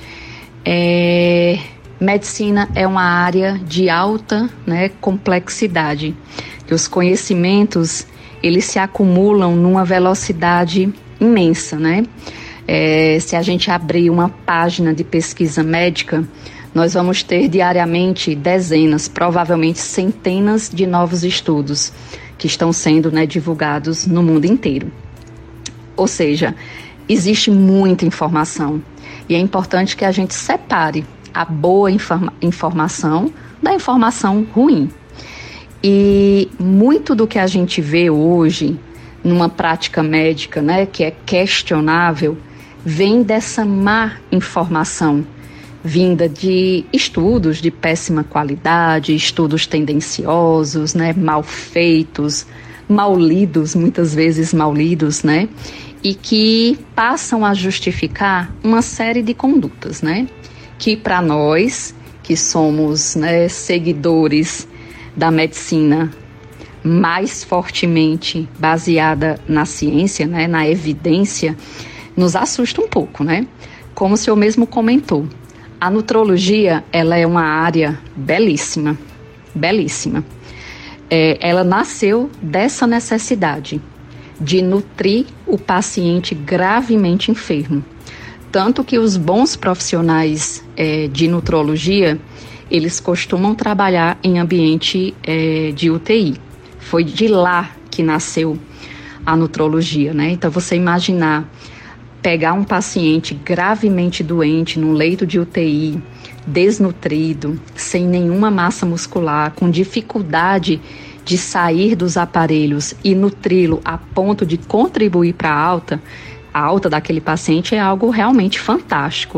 Medicina é uma área de alta, né, complexidade, que os conhecimentos eles se acumulam numa velocidade imensa, né? Se a gente abrir uma página de pesquisa médica, nós vamos ter diariamente dezenas, provavelmente centenas de novos estudos que estão sendo, né, divulgados no mundo inteiro. Ou seja, existe muita informação e é importante que a gente separe a boa informação da informação ruim. E muito do que a gente vê hoje numa prática médica, né, que é questionável, vem dessa má informação, vinda de estudos de péssima qualidade, estudos tendenciosos, né, mal feitos, mal lidos, muitas vezes mal lidos, né, e que passam a justificar uma série de condutas, né, que para nós, que somos, né, seguidores da medicina mais fortemente baseada na ciência, né, na evidência, nos assusta um pouco, né? Como o senhor mesmo comentou, a nutrologia, ela é uma área belíssima, belíssima. Ela nasceu dessa necessidade de nutrir o paciente gravemente enfermo. Tanto que os bons profissionais de nutrologia, eles costumam trabalhar em ambiente de UTI. Foi de lá que nasceu a nutrologia, né? Então, você imaginar pegar um paciente gravemente doente num leito de UTI, desnutrido, sem nenhuma massa muscular, com dificuldade de sair dos aparelhos e nutri-lo a ponto de contribuir para a alta daquele paciente é algo realmente fantástico,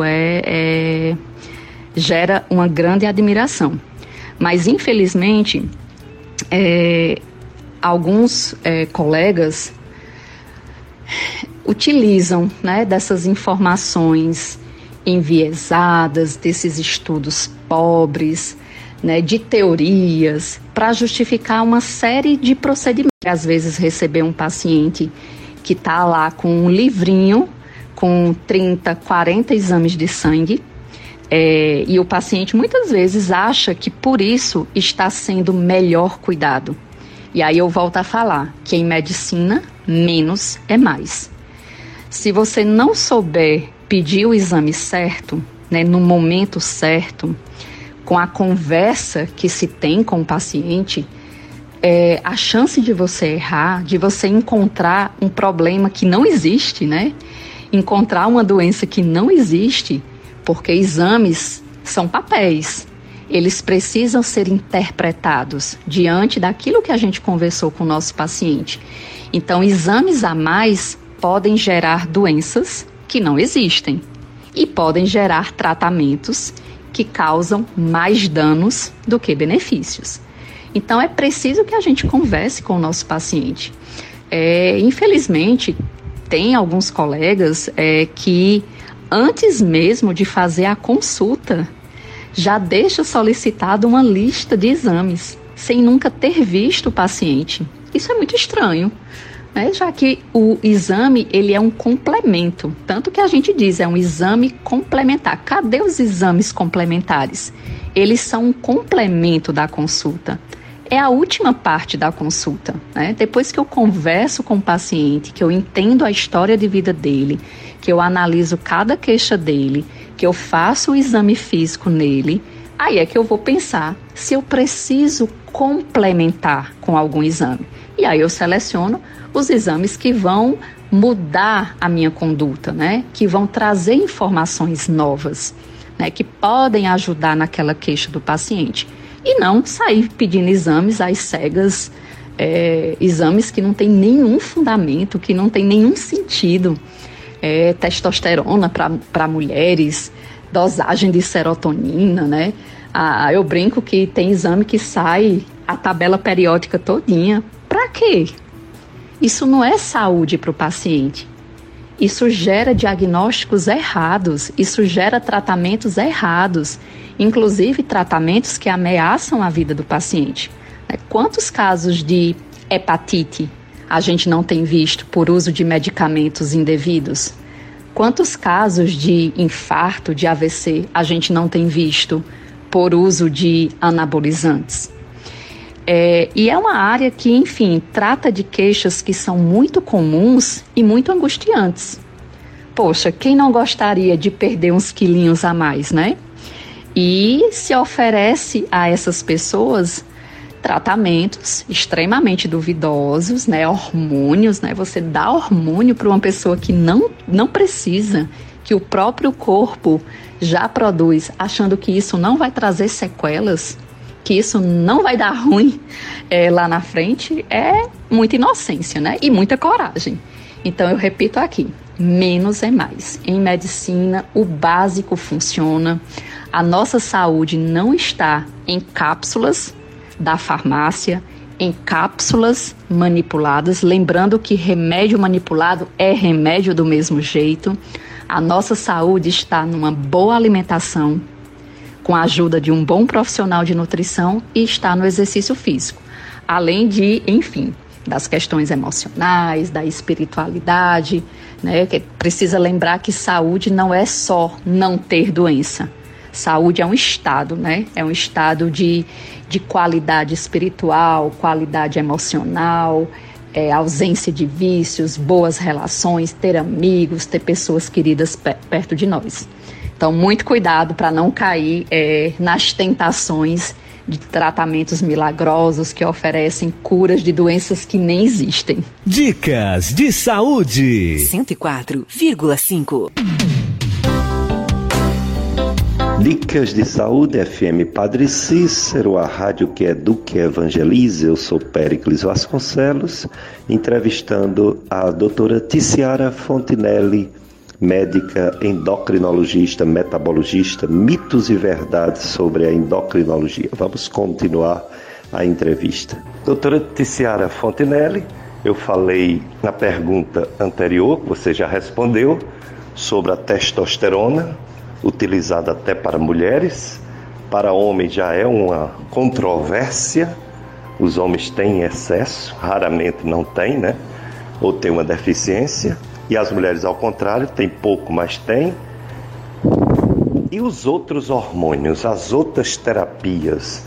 gera uma grande admiração. Mas, infelizmente, alguns colegas utilizam, né, dessas informações enviesadas, desses estudos pobres, né, de teorias, para justificar uma série de procedimentos. Às vezes receber um paciente que está lá com um livrinho com 30, 40 exames de sangue, e o paciente muitas vezes acha que por isso está sendo melhor cuidado. E aí eu volto a falar que em medicina, menos é mais. Se você não souber pedir o exame certo, né, no momento certo, com a conversa que se tem com o paciente, a chance de você errar, de você encontrar um problema que não existe, né? Encontrar uma doença que não existe, porque exames são papéis. Eles precisam ser interpretados diante daquilo que a gente conversou com o nosso paciente. Então, exames a mais podem gerar doenças que não existem e podem gerar tratamentos que causam mais danos do que benefícios. Então, é preciso que a gente converse com o nosso paciente. Infelizmente, tem alguns colegas que, antes mesmo de fazer a consulta, já deixa solicitado uma lista de exames, sem nunca ter visto o paciente. Isso é muito estranho, né? Já que o exame, ele é um complemento. Tanto que a gente diz, é um exame complementar. Cadê os exames complementares? Eles são um complemento da consulta. É a última parte da consulta, né? Depois que eu converso com o paciente, que eu entendo a história de vida dele, que eu analiso cada queixa dele, que eu faço o exame físico nele, aí é que eu vou pensar se eu preciso complementar com algum exame. E aí eu seleciono os exames que vão mudar a minha conduta, né? Que vão trazer informações novas, né? Que podem ajudar naquela queixa do paciente. E não sair pedindo exames às cegas, exames que não tem nenhum fundamento, que não tem nenhum sentido. Testosterona para mulheres, dosagem de serotonina, né? Eu brinco que tem exame que sai a tabela periódica todinha. Para quê? Isso não é saúde para o paciente. Isso gera diagnósticos errados, isso gera tratamentos errados, inclusive tratamentos que ameaçam a vida do paciente. Quantos casos de hepatite a gente não tem visto por uso de medicamentos indevidos? Quantos casos de infarto, de AVC, a gente não tem visto por uso de anabolizantes? E é uma área que, enfim, trata de queixas que são muito comuns e muito angustiantes. Poxa, quem não gostaria de perder uns quilinhos a mais, né? E se oferece a essas pessoas tratamentos extremamente duvidosos, né? Hormônios, né? Você dá hormônio para uma pessoa que não precisa, que o próprio corpo já produz, achando que isso não vai trazer sequelas. que isso não vai dar ruim lá na frente, é muita inocência, né? E muita coragem. Então eu repito aqui, menos é mais. Em medicina, o básico funciona. A nossa saúde não está em cápsulas da farmácia, em cápsulas manipuladas. Lembrando que remédio manipulado é remédio do mesmo jeito. A nossa saúde está numa boa alimentação, com a ajuda de um bom profissional de nutrição, e está no exercício físico. Além de, enfim, das questões emocionais, da espiritualidade, né? Que precisa lembrar que saúde não é só não ter doença. Saúde é um estado, né? É um estado de qualidade espiritual, qualidade emocional, ausência de vícios, boas relações, ter amigos, ter pessoas queridas perto de nós. Então, muito cuidado para não cair nas tentações de tratamentos milagrosos que oferecem curas de doenças que nem existem. Dicas de saúde. 104,5. Dicas de Saúde, FM Padre Cícero, a rádio que educa e evangeliza. Eu sou Péricles Vasconcelos, entrevistando a doutora Ticiara Fontinelli, médica endocrinologista, metabologista, mitos e verdades sobre a endocrinologia. Vamos continuar a entrevista. Doutora Ticiara Fontinelli, eu falei na pergunta anterior, que você já respondeu, sobre a testosterona, utilizada até para mulheres. Para homens já é uma controvérsia. Os homens têm excesso, raramente não têm, né? Ou têm uma deficiência. E as mulheres, ao contrário, têm pouco, mas têm. E os outros hormônios, as outras terapias,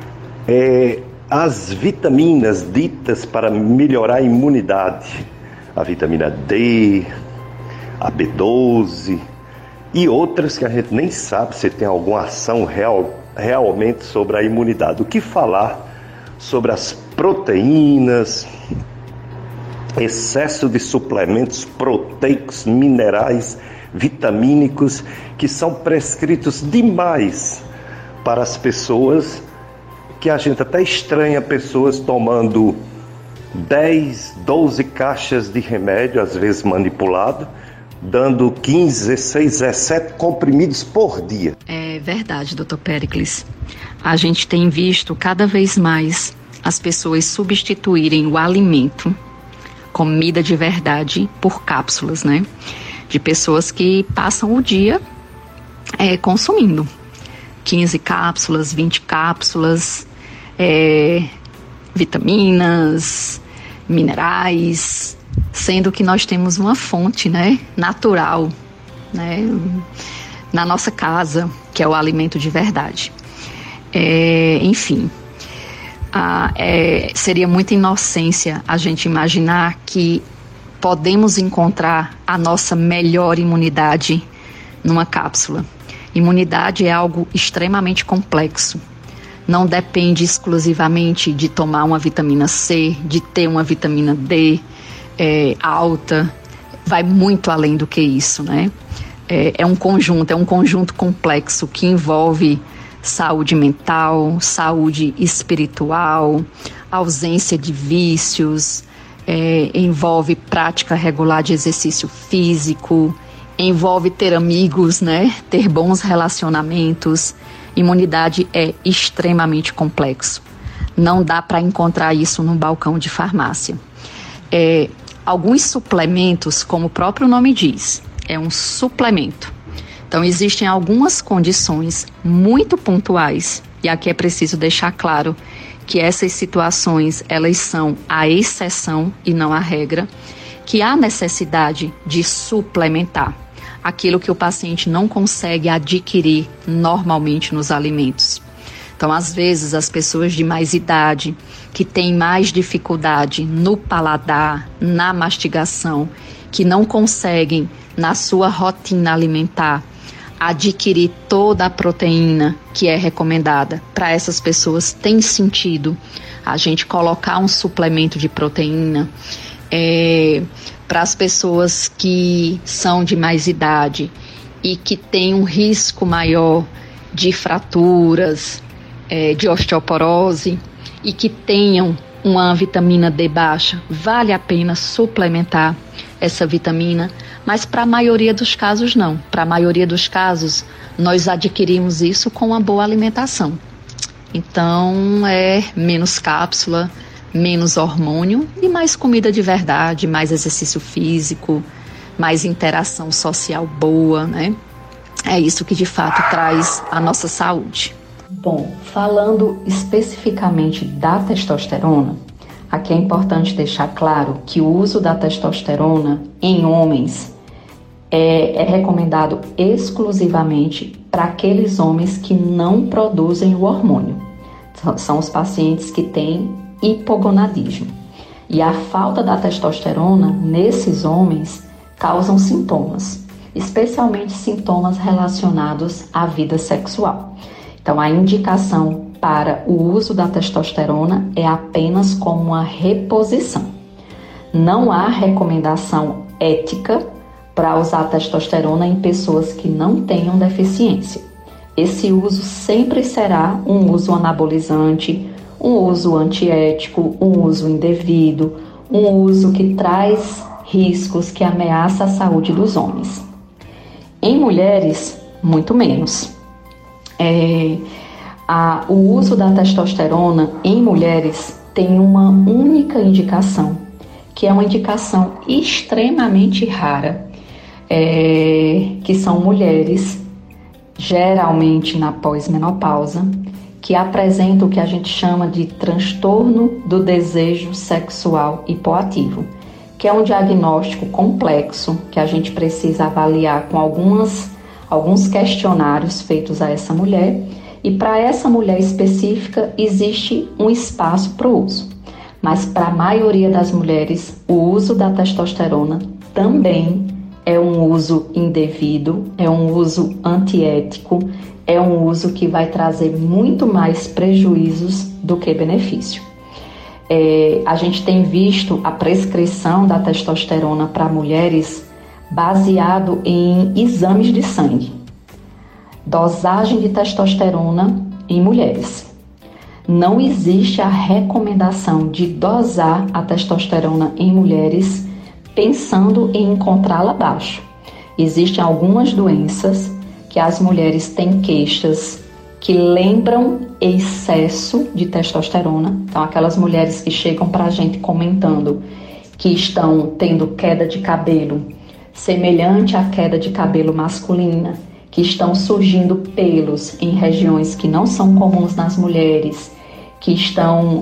as vitaminas ditas para melhorar a imunidade, a vitamina D, a B12 e outras que a gente nem sabe se tem alguma ação realmente sobre a imunidade. O que falar sobre as proteínas, excesso de suplementos proteicos, minerais, vitamínicos, que são prescritos demais para as pessoas, que a gente até estranha pessoas tomando 10, 12 caixas de remédio, às vezes manipulado, dando 15, 16, 17 comprimidos por dia. É verdade, doutor Péricles. A gente tem visto cada vez mais as pessoas substituírem o alimento, comida de verdade, por cápsulas, né? De pessoas que passam o dia consumindo 15 cápsulas, 20 cápsulas, vitaminas, minerais, sendo que nós temos uma fonte, né, natural, né, na nossa casa, que é o alimento de verdade. Enfim, seria muita inocência a gente imaginar que podemos encontrar a nossa melhor imunidade numa cápsula. Imunidade é algo extremamente complexo. Não depende exclusivamente de tomar uma vitamina C, de ter uma vitamina D alta. Vai muito além do que isso, né? É um conjunto complexo que envolve saúde mental, saúde espiritual, ausência de vícios, envolve prática regular de exercício físico, envolve ter amigos, né? Ter bons relacionamentos. Imunidade é extremamente complexo. Não dá para encontrar isso num balcão de farmácia. Alguns suplementos, como o próprio nome diz, é um suplemento. Então, existem algumas condições muito pontuais, e aqui é preciso deixar claro que essas situações, elas são a exceção e não a regra, que há necessidade de suplementar aquilo que o paciente não consegue adquirir normalmente nos alimentos. Então, às vezes, as pessoas de mais idade, que têm mais dificuldade no paladar, na mastigação, que não conseguem, na sua rotina alimentar, adquirir toda a proteína que é recomendada. Para essas pessoas, tem sentido a gente colocar um suplemento de proteína. Para as pessoas que são de mais idade e que têm um risco maior de fraturas, de osteoporose e que tenham uma vitamina D baixa, vale a pena suplementar essa vitamina, mas para a maioria dos casos não. Para a maioria dos casos, nós adquirimos isso com uma boa alimentação. Então, é menos cápsula, menos hormônio e mais comida de verdade, mais exercício físico, mais interação social boa, né? É isso que de fato traz a nossa saúde. Bom, falando especificamente da testosterona, aqui é importante deixar claro que o uso da testosterona em homens é recomendado exclusivamente para aqueles homens que não produzem o hormônio. São os pacientes que têm hipogonadismo. E a falta da testosterona nesses homens causam sintomas, especialmente sintomas relacionados à vida sexual. Então, a indicação para o uso da testosterona é apenas como uma reposição. Não há recomendação ética para usar testosterona em pessoas que não tenham deficiência. Esse uso sempre será um uso anabolizante, um uso antiético, um uso indevido, um uso que traz riscos, que ameaça a saúde dos homens. Em mulheres, muito menos. O uso da testosterona em mulheres tem uma única indicação, que é uma indicação extremamente rara, que são mulheres, geralmente na pós-menopausa, que apresentam o que a gente chama de transtorno do desejo sexual hipoativo, que é um diagnóstico complexo que a gente precisa avaliar com alguns questionários feitos a essa mulher, e para essa mulher específica existe um espaço para o uso. Mas para a maioria das mulheres, o uso da testosterona também é um uso indevido, é um uso antiético, é um uso que vai trazer muito mais prejuízos do que benefício. A gente tem visto a prescrição da testosterona para mulheres baseado em exames de sangue, dosagem de testosterona em mulheres. Não existe a recomendação de dosar a testosterona em mulheres pensando em encontrá-la baixa. Existem algumas doenças que as mulheres têm queixas que lembram excesso de testosterona. Então, aquelas mulheres que chegam para a gente comentando que estão tendo queda de cabelo semelhante à queda de cabelo masculina, que estão surgindo pelos em regiões que não são comuns nas mulheres, que estão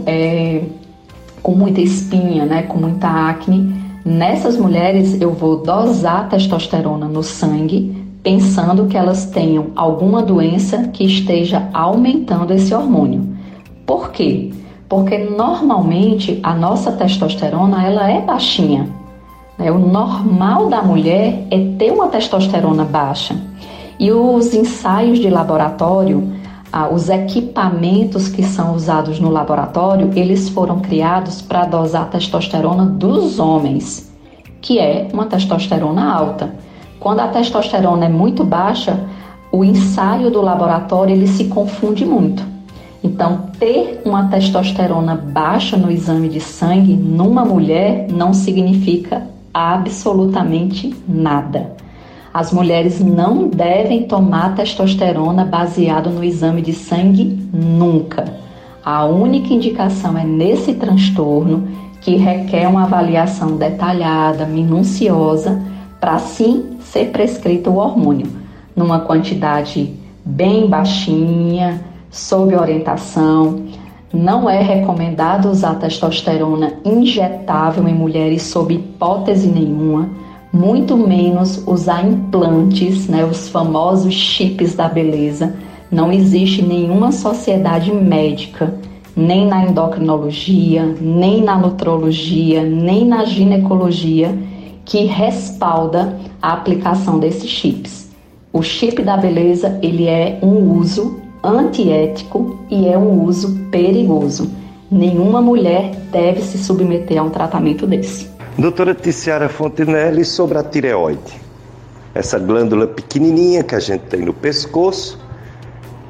com muita espinha, né, com muita acne. Nessas mulheres eu vou dosar a testosterona no sangue, pensando que elas tenham alguma doença que esteja aumentando esse hormônio. Por quê? Porque normalmente a nossa testosterona ela é baixinha. O normal da mulher é ter uma testosterona baixa. E os ensaios de laboratório, os equipamentos que são usados no laboratório, eles foram criados para dosar a testosterona dos homens, que é uma testosterona alta. Quando a testosterona é muito baixa, o ensaio do laboratório ele se confunde muito. Então, ter uma testosterona baixa no exame de sangue numa mulher não significa absolutamente nada. As mulheres não devem tomar testosterona baseado no exame de sangue nunca. A única indicação é nesse transtorno, que requer uma avaliação detalhada, minuciosa, para sim ser prescrito o hormônio, numa quantidade bem baixinha, sob orientação. Não é recomendado usar testosterona injetável em mulheres sob hipótese nenhuma, muito menos usar implantes, os famosos chips da beleza. Não existe nenhuma sociedade médica, nem na endocrinologia, nem na nutrologia, nem na ginecologia, que respalda a aplicação desses chips. O chip da beleza, ele é um uso antiético e é um uso perigoso. Nenhuma mulher deve se submeter a um tratamento desse. Doutora Ticiara Fontinelli, sobre a tireoide. Essa glândula pequenininha que a gente tem no pescoço,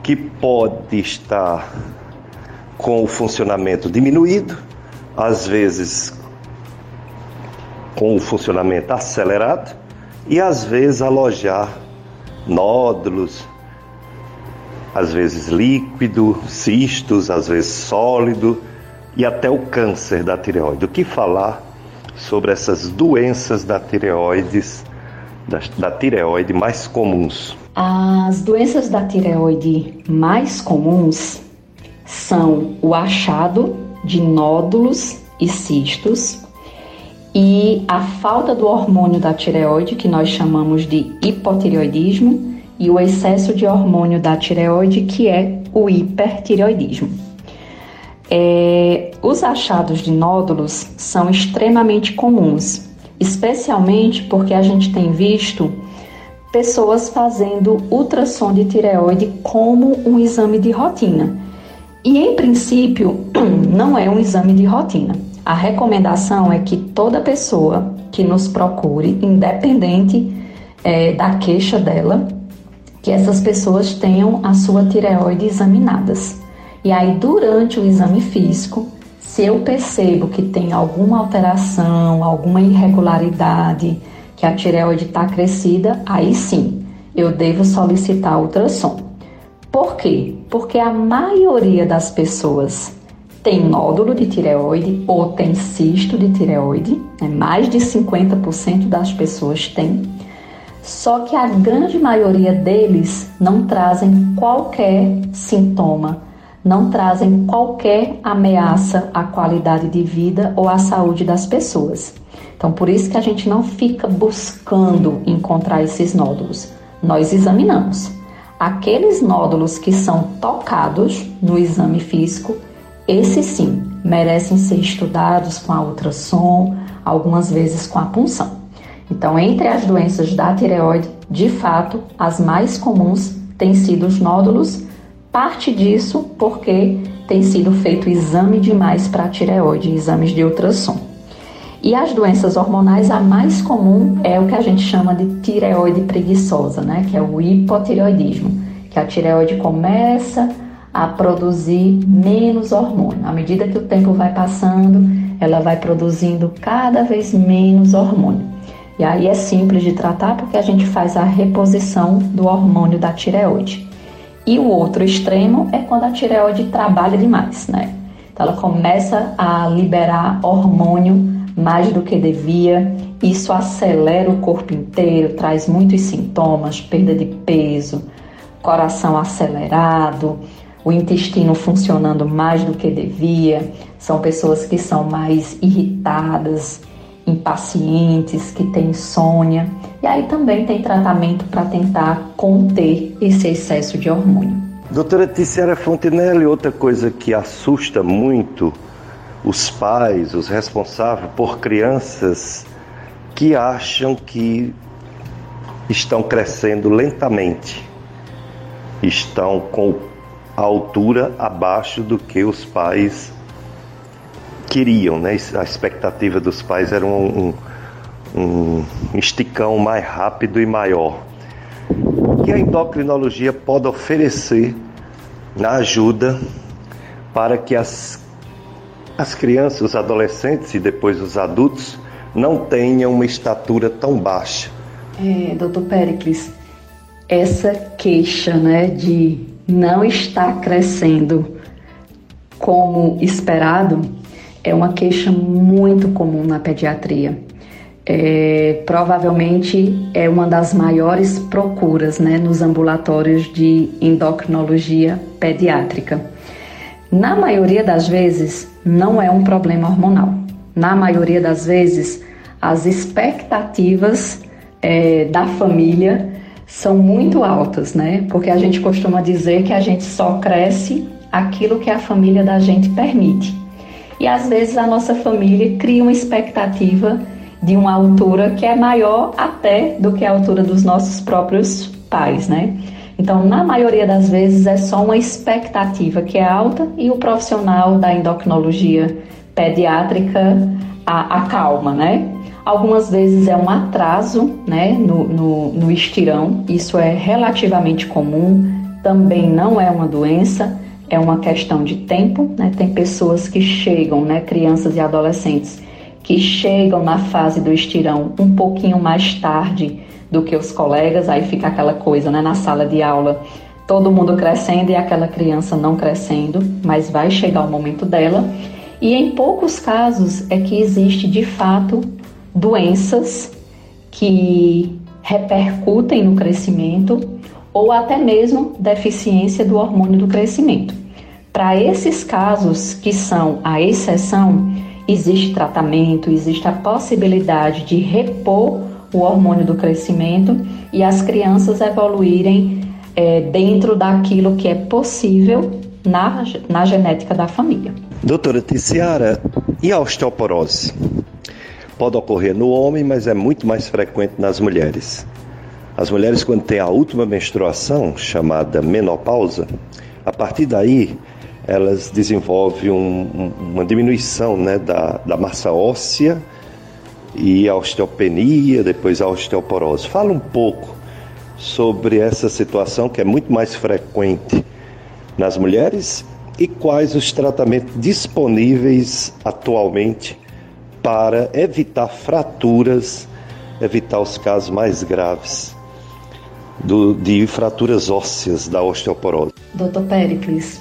que pode estar com o funcionamento diminuído, às vezes com o funcionamento acelerado e às vezes alojar nódulos, às vezes líquido, cistos, às vezes sólido e até o câncer da tireoide. O que falar sobre essas doenças da tireoide mais comuns? As doenças da tireoide mais comuns são o achado de nódulos e cistos e a falta do hormônio da tireoide, que nós chamamos de hipotireoidismo, e o excesso de hormônio da tireoide, que é o hipertireoidismo. Os achados de nódulos são extremamente comuns, especialmente porque a gente tem visto pessoas fazendo ultrassom de tireoide como um exame de rotina. E, em princípio, não é um exame de rotina. A recomendação é que toda pessoa que nos procure, independente da queixa dela, que essas pessoas tenham a sua tireoide examinadas. E aí, durante o exame físico, se eu percebo que tem alguma alteração, alguma irregularidade, que a tireoide está crescida, aí sim, eu devo solicitar ultrassom. Por quê? Porque a maioria das pessoas tem nódulo de tireoide ou tem cisto de tireoide, né? Mais de 50% das pessoas têm, só que a grande maioria deles não trazem qualquer sintoma, não trazem qualquer ameaça à qualidade de vida ou à saúde das pessoas. Então, por isso que a gente não fica buscando encontrar esses nódulos. Nós examinamos. Aqueles nódulos que são tocados no exame físico, esses sim, merecem ser estudados com a ultrassom, algumas vezes com a punção. Então, entre as doenças da tireoide, de fato, as mais comuns têm sido os nódulos, parte disso porque tem sido feito exame demais para a tireoide, exames de ultrassom. E as doenças hormonais, a mais comum é o que a gente chama de tireoide preguiçosa, né? Que é o hipotireoidismo, que a tireoide começa a produzir menos hormônio. À medida que o tempo vai passando, ela vai produzindo cada vez menos hormônio. E aí é simples de tratar porque a gente faz a reposição do hormônio da tireoide. E o outro extremo é quando a tireoide trabalha demais, né? Então ela começa a liberar hormônio mais do que devia, isso acelera o corpo inteiro, traz muitos sintomas, perda de peso, coração acelerado, o intestino funcionando mais do que devia, são pessoas que são mais irritadas, impacientes, que têm insônia, e aí também tem tratamento para tentar conter esse excesso de hormônio. Doutora Tiziana Fontinelli, outra coisa que assusta muito os pais, os responsáveis por crianças que acham que estão crescendo lentamente, estão com a altura abaixo do que os pais queriam, né? A expectativa dos pais era um esticão mais rápido e maior. O que a endocrinologia pode oferecer na ajuda para que as crianças, os adolescentes e depois os adultos não tenham uma estatura tão baixa? Doutor Péricles, essa queixa, né, de não estar crescendo como esperado é uma queixa muito comum na pediatria. Provavelmente é uma das maiores procuras, né, nos ambulatórios de endocrinologia pediátrica. Na maioria das vezes, não é um problema hormonal. Na maioria das vezes, as expectativas da família são muito altas, né? Porque a gente costuma dizer que a gente só cresce aquilo que a família da gente permite. E às vezes a nossa família cria uma expectativa de uma altura que é maior até do que a altura dos nossos próprios pais, né? Então, na maioria das vezes, é só uma expectativa que é alta e o profissional da endocrinologia pediátrica acalma, né? Algumas vezes é um atraso, né, no estirão, isso é relativamente comum, também não é uma doença, é uma questão de tempo, né? Tem pessoas que chegam, né, crianças e adolescentes, que chegam na fase do estirão um pouquinho mais tarde do que os colegas, aí fica aquela coisa, né, na sala de aula, todo mundo crescendo e aquela criança não crescendo, mas vai chegar o momento dela. E em poucos casos é que existe, de fato, doenças que repercutem no crescimento ou até mesmo deficiência do hormônio do crescimento. Para esses casos, que são a exceção, existe tratamento, existe a possibilidade de repor o hormônio do crescimento e as crianças evoluírem dentro daquilo que é possível na genética da família. Doutora Ticiara, e a osteoporose? Pode ocorrer no homem, mas é muito mais frequente nas mulheres. As mulheres, quando têm a última menstruação, chamada menopausa, a partir daí elas desenvolvem uma diminuição, né, da massa óssea e a osteopenia, depois a osteoporose. Fala um pouco sobre essa situação que é muito mais frequente nas mulheres e quais os tratamentos disponíveis atualmente para evitar fraturas, evitar os casos mais graves de fraturas ósseas da osteoporose. Dr. Péricles,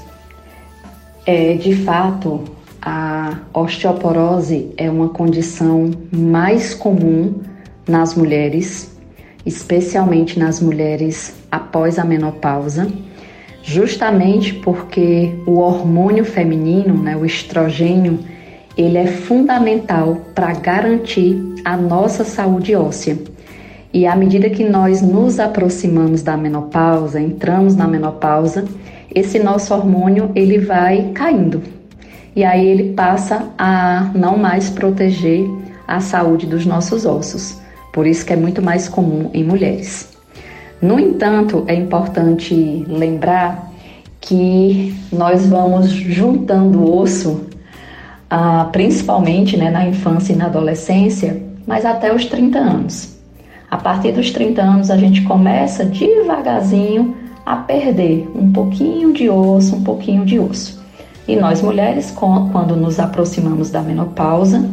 de fato, a osteoporose é uma condição mais comum nas mulheres, especialmente nas mulheres após a menopausa, justamente porque o hormônio feminino, né, o estrogênio, ele é fundamental para garantir a nossa saúde óssea. E à medida que nós nos aproximamos da menopausa, entramos na menopausa, esse nosso hormônio ele vai caindo. E aí ele passa a não mais proteger a saúde dos nossos ossos. Por isso que é muito mais comum em mulheres. No entanto, é importante lembrar que nós vamos juntando o osso, principalmente, né, na infância e na adolescência, mas até os 30 anos. A partir dos 30 anos, a gente começa devagarzinho a perder um pouquinho de osso, um pouquinho de osso. E nós mulheres, quando nos aproximamos da menopausa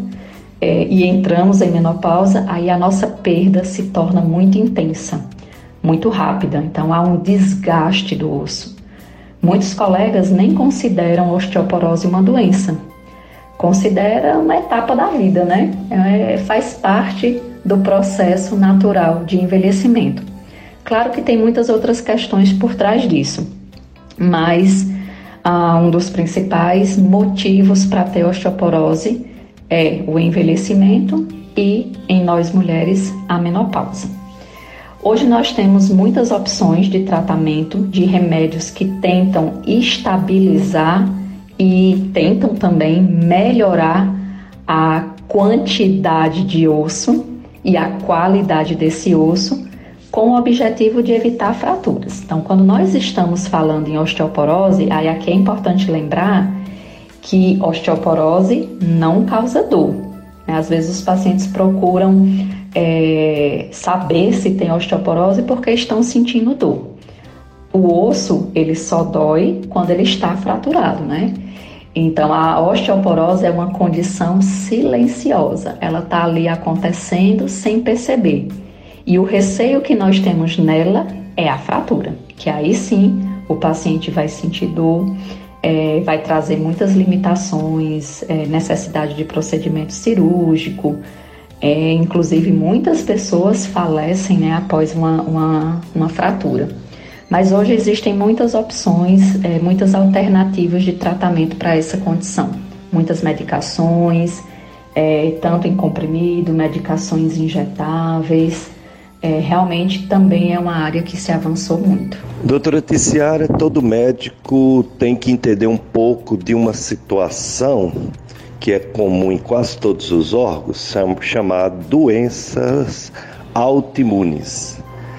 e entramos em menopausa, aí a nossa perda se torna muito intensa, muito rápida. Então há um desgaste do osso. Muitos colegas nem consideram a osteoporose uma doença. Considera uma etapa da vida, né? Faz parte do processo natural de envelhecimento. Claro que tem muitas outras questões por trás disso, mas um dos principais motivos para ter osteoporose é o envelhecimento e, em nós mulheres, a menopausa. Hoje nós temos muitas opções de tratamento, de remédios que tentam estabilizar e tentam também melhorar a quantidade de osso e a qualidade desse osso, com o objetivo de evitar fraturas. Então, quando nós estamos falando em osteoporose, aí aqui é importante lembrar que osteoporose não causa dor. Às vezes os pacientes procuram saber se tem osteoporose porque estão sentindo dor. O osso, ele só dói quando ele está fraturado, né? Então, a osteoporose é uma condição silenciosa. Ela está ali acontecendo sem perceber. E o receio que nós temos nela é a fratura, que aí sim o paciente vai sentir dor, vai trazer muitas limitações, necessidade de procedimento cirúrgico. Inclusive, muitas pessoas falecem, né, após uma fratura. Mas hoje existem muitas opções, muitas alternativas de tratamento para essa condição. Muitas medicações, tanto em comprimido, medicações injetáveis. Realmente também é uma área que se avançou muito. Doutora Ticiara, todo médico tem que entender um pouco de uma situação que é comum em quase todos os órgãos, chamada doenças autoimunes.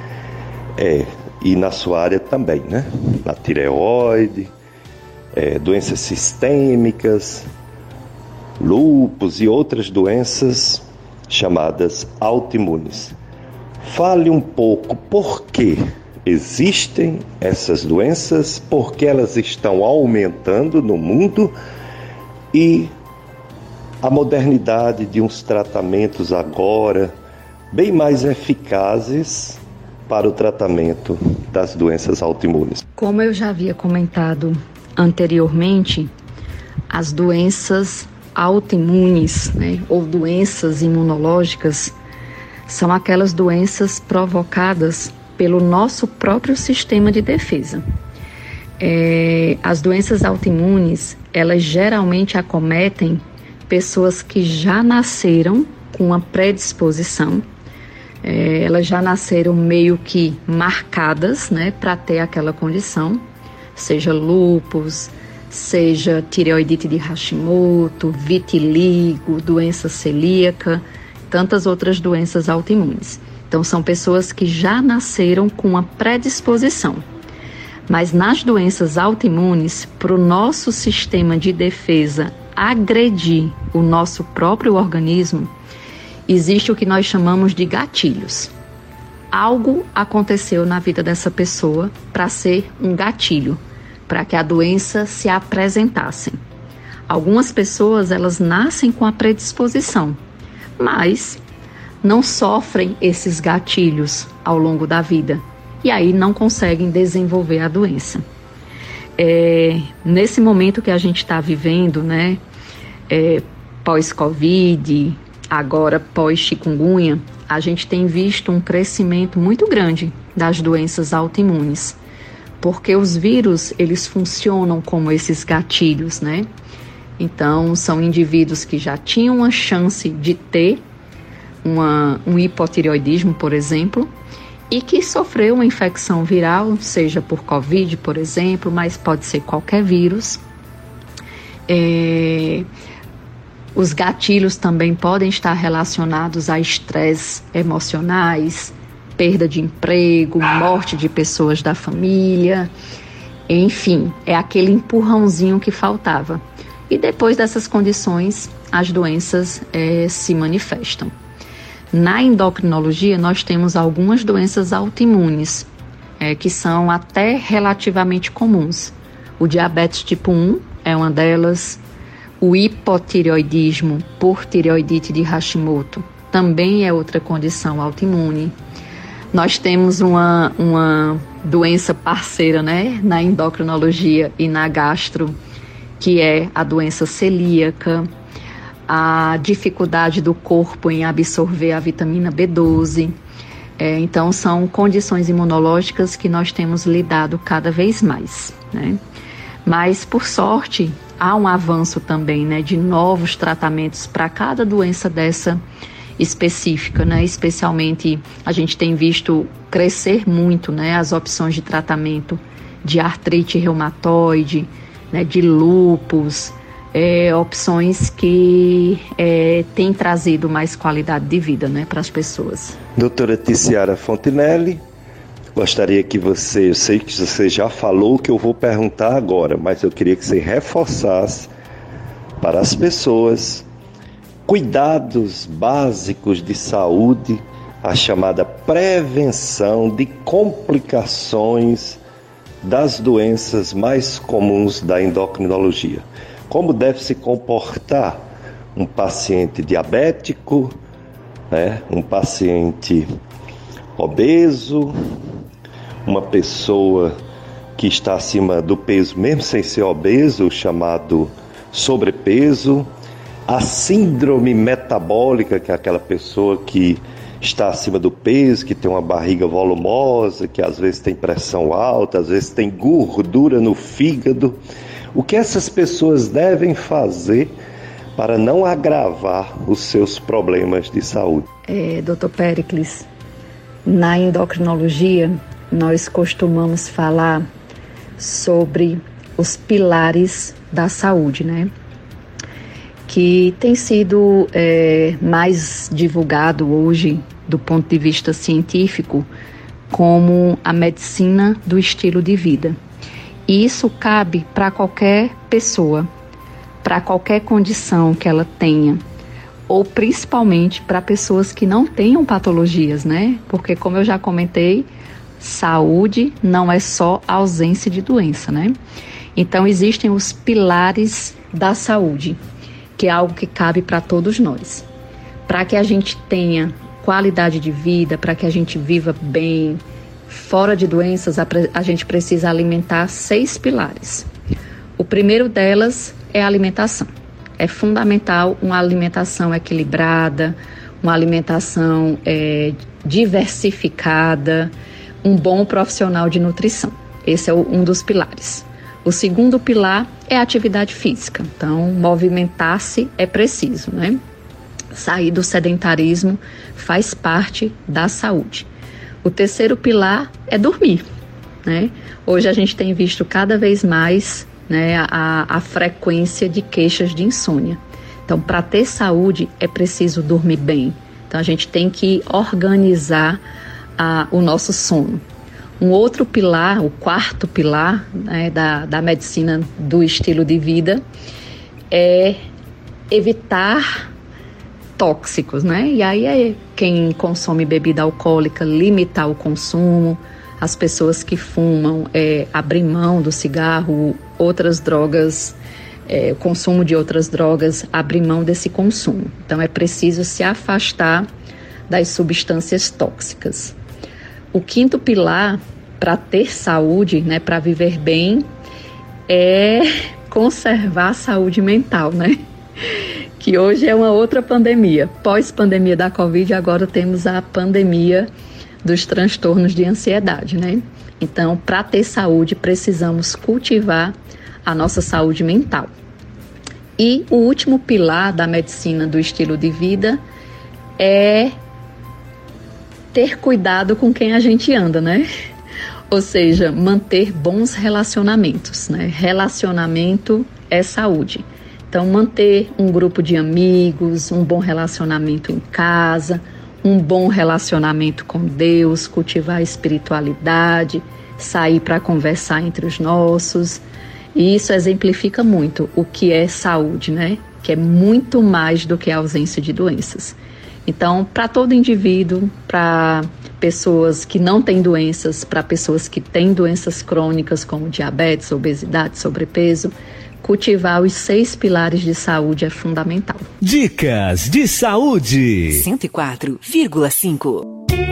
E na sua área também, né? Na tireoide, doenças sistêmicas, lúpus e outras doenças chamadas autoimunes. Fale um pouco por que existem essas doenças, por que elas estão aumentando no mundo e a modernidade de uns tratamentos agora bem mais eficazes para o tratamento das doenças autoimunes. Como eu já havia comentado anteriormente, as doenças autoimunes, ou doenças imunológicas, são aquelas doenças provocadas pelo nosso próprio sistema de defesa. As doenças autoimunes, elas geralmente acometem pessoas que já nasceram com uma predisposição, elas já nasceram meio que marcadas, para ter aquela condição, seja lúpus, seja tireoidite de Hashimoto, vitiligo, doença celíaca, tantas outras doenças autoimunes. Então, são pessoas que já nasceram com uma predisposição. Mas nas doenças autoimunes, para o nosso sistema de defesa agredir o nosso próprio organismo, existe o que nós chamamos de gatilhos. Algo aconteceu na vida dessa pessoa para ser um gatilho, para que a doença se apresentasse. Algumas pessoas, elas nascem com a predisposição, mas não sofrem esses gatilhos ao longo da vida e aí não conseguem desenvolver a doença. Nesse momento que a gente está vivendo, pós-Covid, agora pós-chikungunya, a gente tem visto um crescimento muito grande das doenças autoimunes, porque os vírus, eles funcionam como esses gatilhos, Então, são indivíduos que já tinham uma chance de ter um hipotireoidismo, por exemplo, e que sofreu uma infecção viral, seja por Covid, por exemplo, mas pode ser qualquer vírus. Os gatilhos também podem estar relacionados a estresse emocionais, perda de emprego, morte de pessoas da família, enfim, é aquele empurrãozinho que faltava. E depois dessas condições, as doenças se manifestam. Na endocrinologia, nós temos algumas doenças autoimunes, que são até relativamente comuns. O diabetes tipo 1 é uma delas, o hipotireoidismo por tireoidite de Hashimoto também é outra condição autoimune. Nós temos uma doença parceira, na endocrinologia e na gastro, que é a doença celíaca, a dificuldade do corpo em absorver a vitamina B12. Então, são condições imunológicas que nós temos lidado cada vez mais, Mas, por sorte, há um avanço também, de novos tratamentos para cada doença dessa específica, Especialmente, a gente tem visto crescer muito, as opções de tratamento de artrite reumatoide, de lúpus, opções que têm trazido mais qualidade de vida, para as pessoas. Doutora Ticiara Fontinelli, gostaria que eu sei que você já falou o que eu vou perguntar agora, mas eu queria que você reforçasse para as pessoas cuidados básicos de saúde, a chamada prevenção de complicações das doenças mais comuns da endocrinologia. Como deve se comportar um paciente diabético, um paciente obeso, uma pessoa que está acima do peso, mesmo sem ser obeso, chamado sobrepeso, a síndrome metabólica, que é aquela pessoa que está acima do peso, que tem uma barriga volumosa, que às vezes tem pressão alta, às vezes tem gordura no fígado. O que essas pessoas devem fazer para não agravar os seus problemas de saúde? Dr. Péricles, na endocrinologia, nós costumamos falar sobre os pilares da saúde, Que tem sido mais divulgado hoje, do ponto de vista científico, como a medicina do estilo de vida. E isso cabe para qualquer pessoa, para qualquer condição que ela tenha, ou principalmente para pessoas que não tenham patologias, Porque, como eu já comentei, saúde não é só ausência de doença, né? Então, existem os pilares da saúde, que é algo que cabe para todos nós. Para que a gente tenha qualidade de vida, para que a gente viva bem, fora de doenças, a gente precisa alimentar 6 pilares. O primeiro delas é a alimentação. É fundamental uma alimentação equilibrada, uma alimentação diversificada, um bom profissional de nutrição. Esse é um dos pilares. O segundo pilar é a atividade física. Então, movimentar-se é preciso, né? Sair do sedentarismo faz parte da saúde. O terceiro pilar é dormir, né? Hoje a gente tem visto cada vez mais, né, a frequência de queixas de insônia. Então, para ter saúde é preciso dormir bem. Então, a gente tem que organizar o nosso sono. Um outro pilar, o quarto pilar, né, da medicina do estilo de vida é evitar tóxicos, né? E aí quem consome bebida alcoólica, limitar o consumo, as pessoas que fumam, abrir mão do cigarro, outras drogas, o consumo de outras drogas, abrir mão desse consumo. Então é preciso se afastar das substâncias tóxicas. O quinto pilar para ter saúde, né, para viver bem, é conservar a saúde mental, né? Que hoje é uma outra pandemia. Pós-pandemia da Covid, agora temos a pandemia dos transtornos de ansiedade, né? Então, para ter saúde, precisamos cultivar a nossa saúde mental. E o último pilar da medicina do estilo de vida é ter cuidado com quem a gente anda, né? Ou seja, manter bons relacionamentos, né? Relacionamento é saúde. Então, manter um grupo de amigos, um bom relacionamento em casa, um bom relacionamento com Deus, cultivar a espiritualidade, sair para conversar entre os nossos. E isso exemplifica muito o que é saúde, né? Que é muito mais do que a ausência de doenças. Então, para todo indivíduo, para pessoas que não têm doenças, para pessoas que têm doenças crônicas como diabetes, obesidade, sobrepeso, cultivar os 6 pilares de saúde é fundamental. Dicas de saúde. 104,5.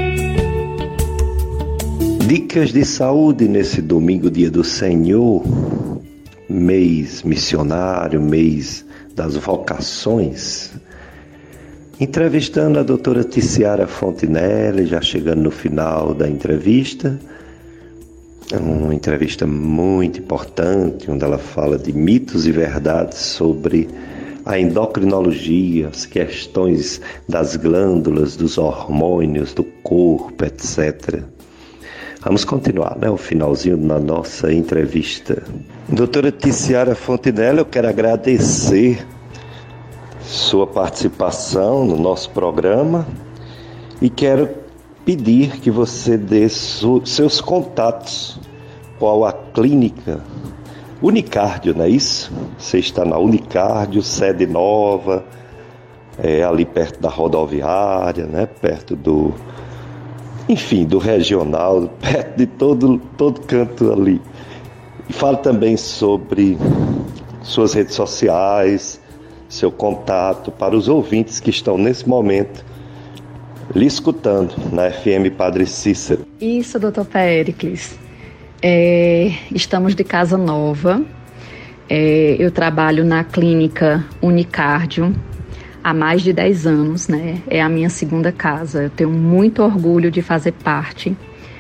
Dicas de saúde nesse domingo, dia do Senhor, mês missionário, mês das vocações. Entrevistando a doutora Ticiara Fontinelli, já chegando no final da entrevista. Uma entrevista muito importante, onde ela fala de mitos e verdades sobre a endocrinologia, as questões das glândulas, dos hormônios, do corpo, etc. Vamos continuar, né? O finalzinho da nossa entrevista. Doutora Ticiara Fontinelli, eu quero agradecer sua participação no nosso programa e quero pedir que você dê seus contatos com a clínica Unicárdio, não é isso? Você está na Unicárdio, sede nova, ali perto da rodoviária, né? Perto do regional, perto de todo canto ali. E fale também sobre suas redes sociais, seu contato para os ouvintes que estão nesse momento lhe escutando na FM Padre Cícero. Isso, doutor Péricles. Estamos de casa nova. Eu trabalho na clínica Unicárdio há mais de 10 anos, né? É a minha segunda casa. Eu tenho muito orgulho de fazer parte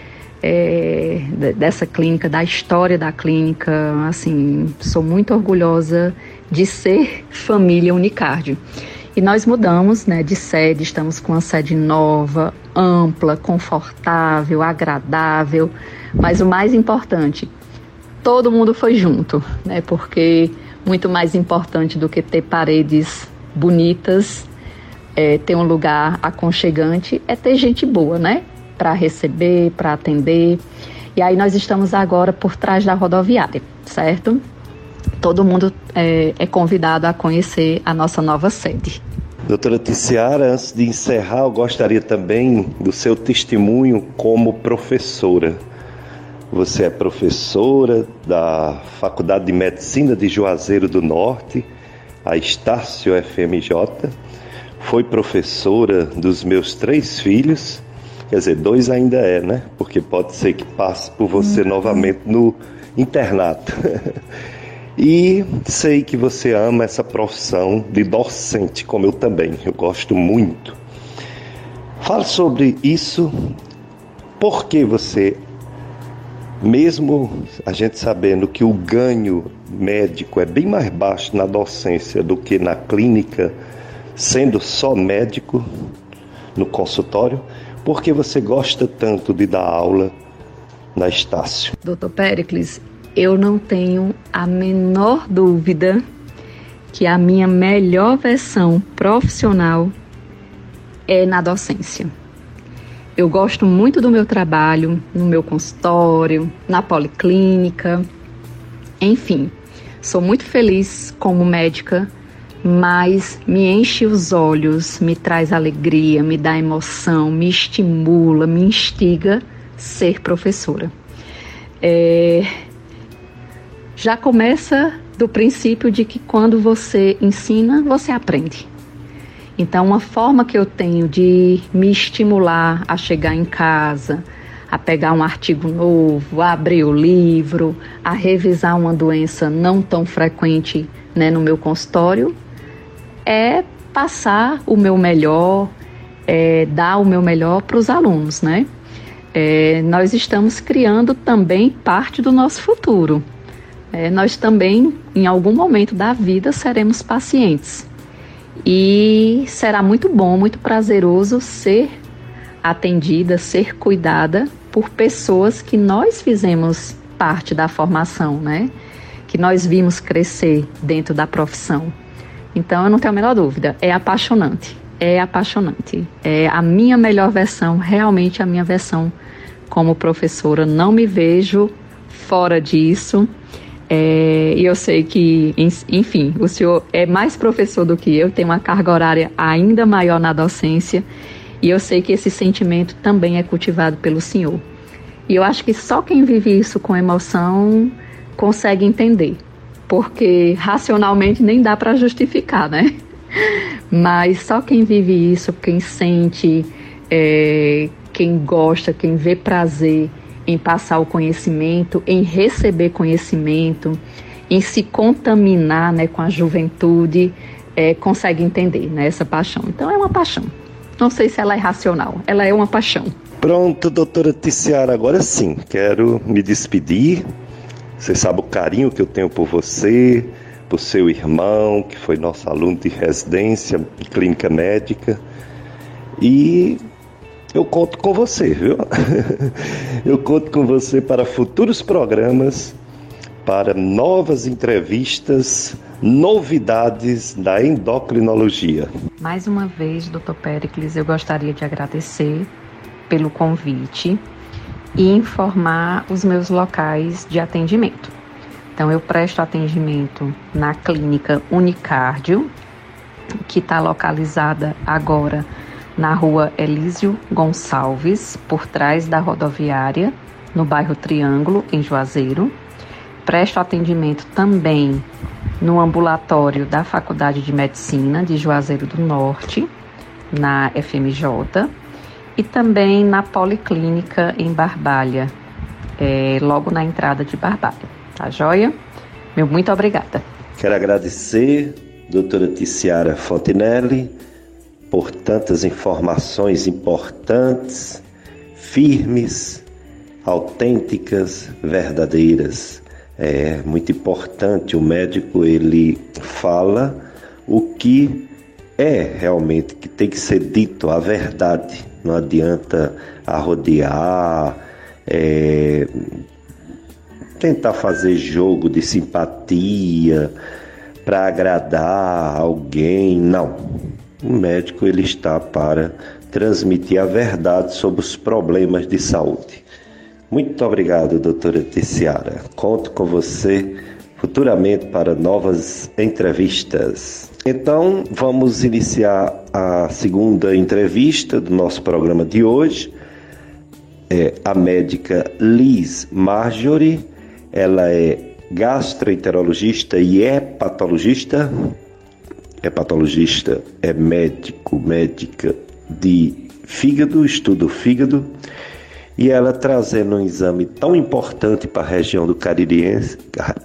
dessa clínica, da história da clínica. Assim, sou muito orgulhosa de ser família Unicárdio. E nós mudamos, né, de sede, estamos com uma sede nova, ampla, confortável, agradável, mas o mais importante, todo mundo foi junto, né, porque muito mais importante do que ter paredes bonitas, ter um lugar aconchegante, é ter gente boa, né, para receber, para atender. E aí nós estamos agora por trás da rodoviária, certo? Todo mundo é convidado a conhecer a nossa nova sede. Doutora Ticiara, antes de encerrar, eu gostaria também do seu testemunho como professora. Você é professora da Faculdade de Medicina de Juazeiro do Norte, a Estácio FMJ. Foi professora dos meus 3 filhos, quer dizer, 2 ainda é, né? Porque pode ser que passe por você novamente no internato. E sei que você ama essa profissão de docente, como eu também, eu gosto muito. Fale sobre isso, por que você, mesmo a gente sabendo que o ganho médico é bem mais baixo na docência do que na clínica, sendo só médico no consultório, por que você gosta tanto de dar aula na Estácio? Dr. Péricles, eu não tenho a menor dúvida que a minha melhor versão profissional é na docência. Eu gosto muito do meu trabalho, no meu consultório, na policlínica, enfim, sou muito feliz como médica, mas me enche os olhos, me traz alegria, me dá emoção, me estimula, me instiga ser professora. Já começa do princípio de que quando você ensina, você aprende. Então, uma forma que eu tenho de me estimular a chegar em casa, a pegar um artigo novo, a abrir o livro, a revisar uma doença não tão frequente, né, no meu consultório, é passar o meu melhor, dar o meu melhor para os alunos, né? Nós estamos criando também parte do nosso futuro. Nós também, em algum momento da vida, seremos pacientes. E será muito bom, muito prazeroso ser atendida, ser cuidada por pessoas que nós fizemos parte da formação, né? Que nós vimos crescer dentro da profissão. Então, eu não tenho a menor dúvida, é apaixonante. É apaixonante. É a minha melhor versão, realmente a minha versão como professora. Não me vejo fora disso. E eu sei que, enfim, o senhor é mais professor do que eu, tem uma carga horária ainda maior na docência, e eu sei que esse sentimento também é cultivado pelo senhor. E eu acho que só quem vive isso com emoção consegue entender, porque racionalmente nem dá para justificar, né? Mas só quem vive isso, quem sente, quem gosta, quem vê prazer em passar o conhecimento, em receber conhecimento, em se contaminar, né, com a juventude, consegue entender, né, essa paixão. Então é uma paixão. Não sei se ela é racional, ela é uma paixão. Pronto, doutora Ticiara, agora sim, quero me despedir. Você sabe o carinho que eu tenho por você, por seu irmão, que foi nosso aluno de residência em clínica médica. E eu conto com você, viu? Eu conto com você para futuros programas, para novas entrevistas, novidades da endocrinologia. Mais uma vez, Dr. Péricles, eu gostaria de agradecer pelo convite e informar os meus locais de atendimento. Então, eu presto atendimento na clínica Unicardio, que está localizada agora na rua Elísio Gonçalves, por trás da rodoviária, no bairro Triângulo, em Juazeiro. Presto atendimento também no ambulatório da Faculdade de Medicina de Juazeiro do Norte, na FMJ, e também na Policlínica em Barbalha, logo na entrada de Barbalha. Tá joia? Meu muito obrigada. Quero agradecer, doutora Ticiara Fontinelli, por tantas informações importantes, firmes, autênticas, verdadeiras. É muito importante, o médico ele fala o que é realmente, que tem que ser dito, a verdade. Não adianta arrodear, tentar fazer jogo de simpatia para agradar alguém, não. O médico ele está para transmitir a verdade sobre os problemas de saúde. Muito obrigado, doutora Ticiara. Conto com você futuramente para novas entrevistas. Então, vamos iniciar a segunda entrevista do nosso programa de hoje. É a médica Liz Marjorie. Ela é gastroenterologista e hepatologista. Hepatologista é médica de fígado, estuda o fígado. E ela trazendo um exame tão importante para a região do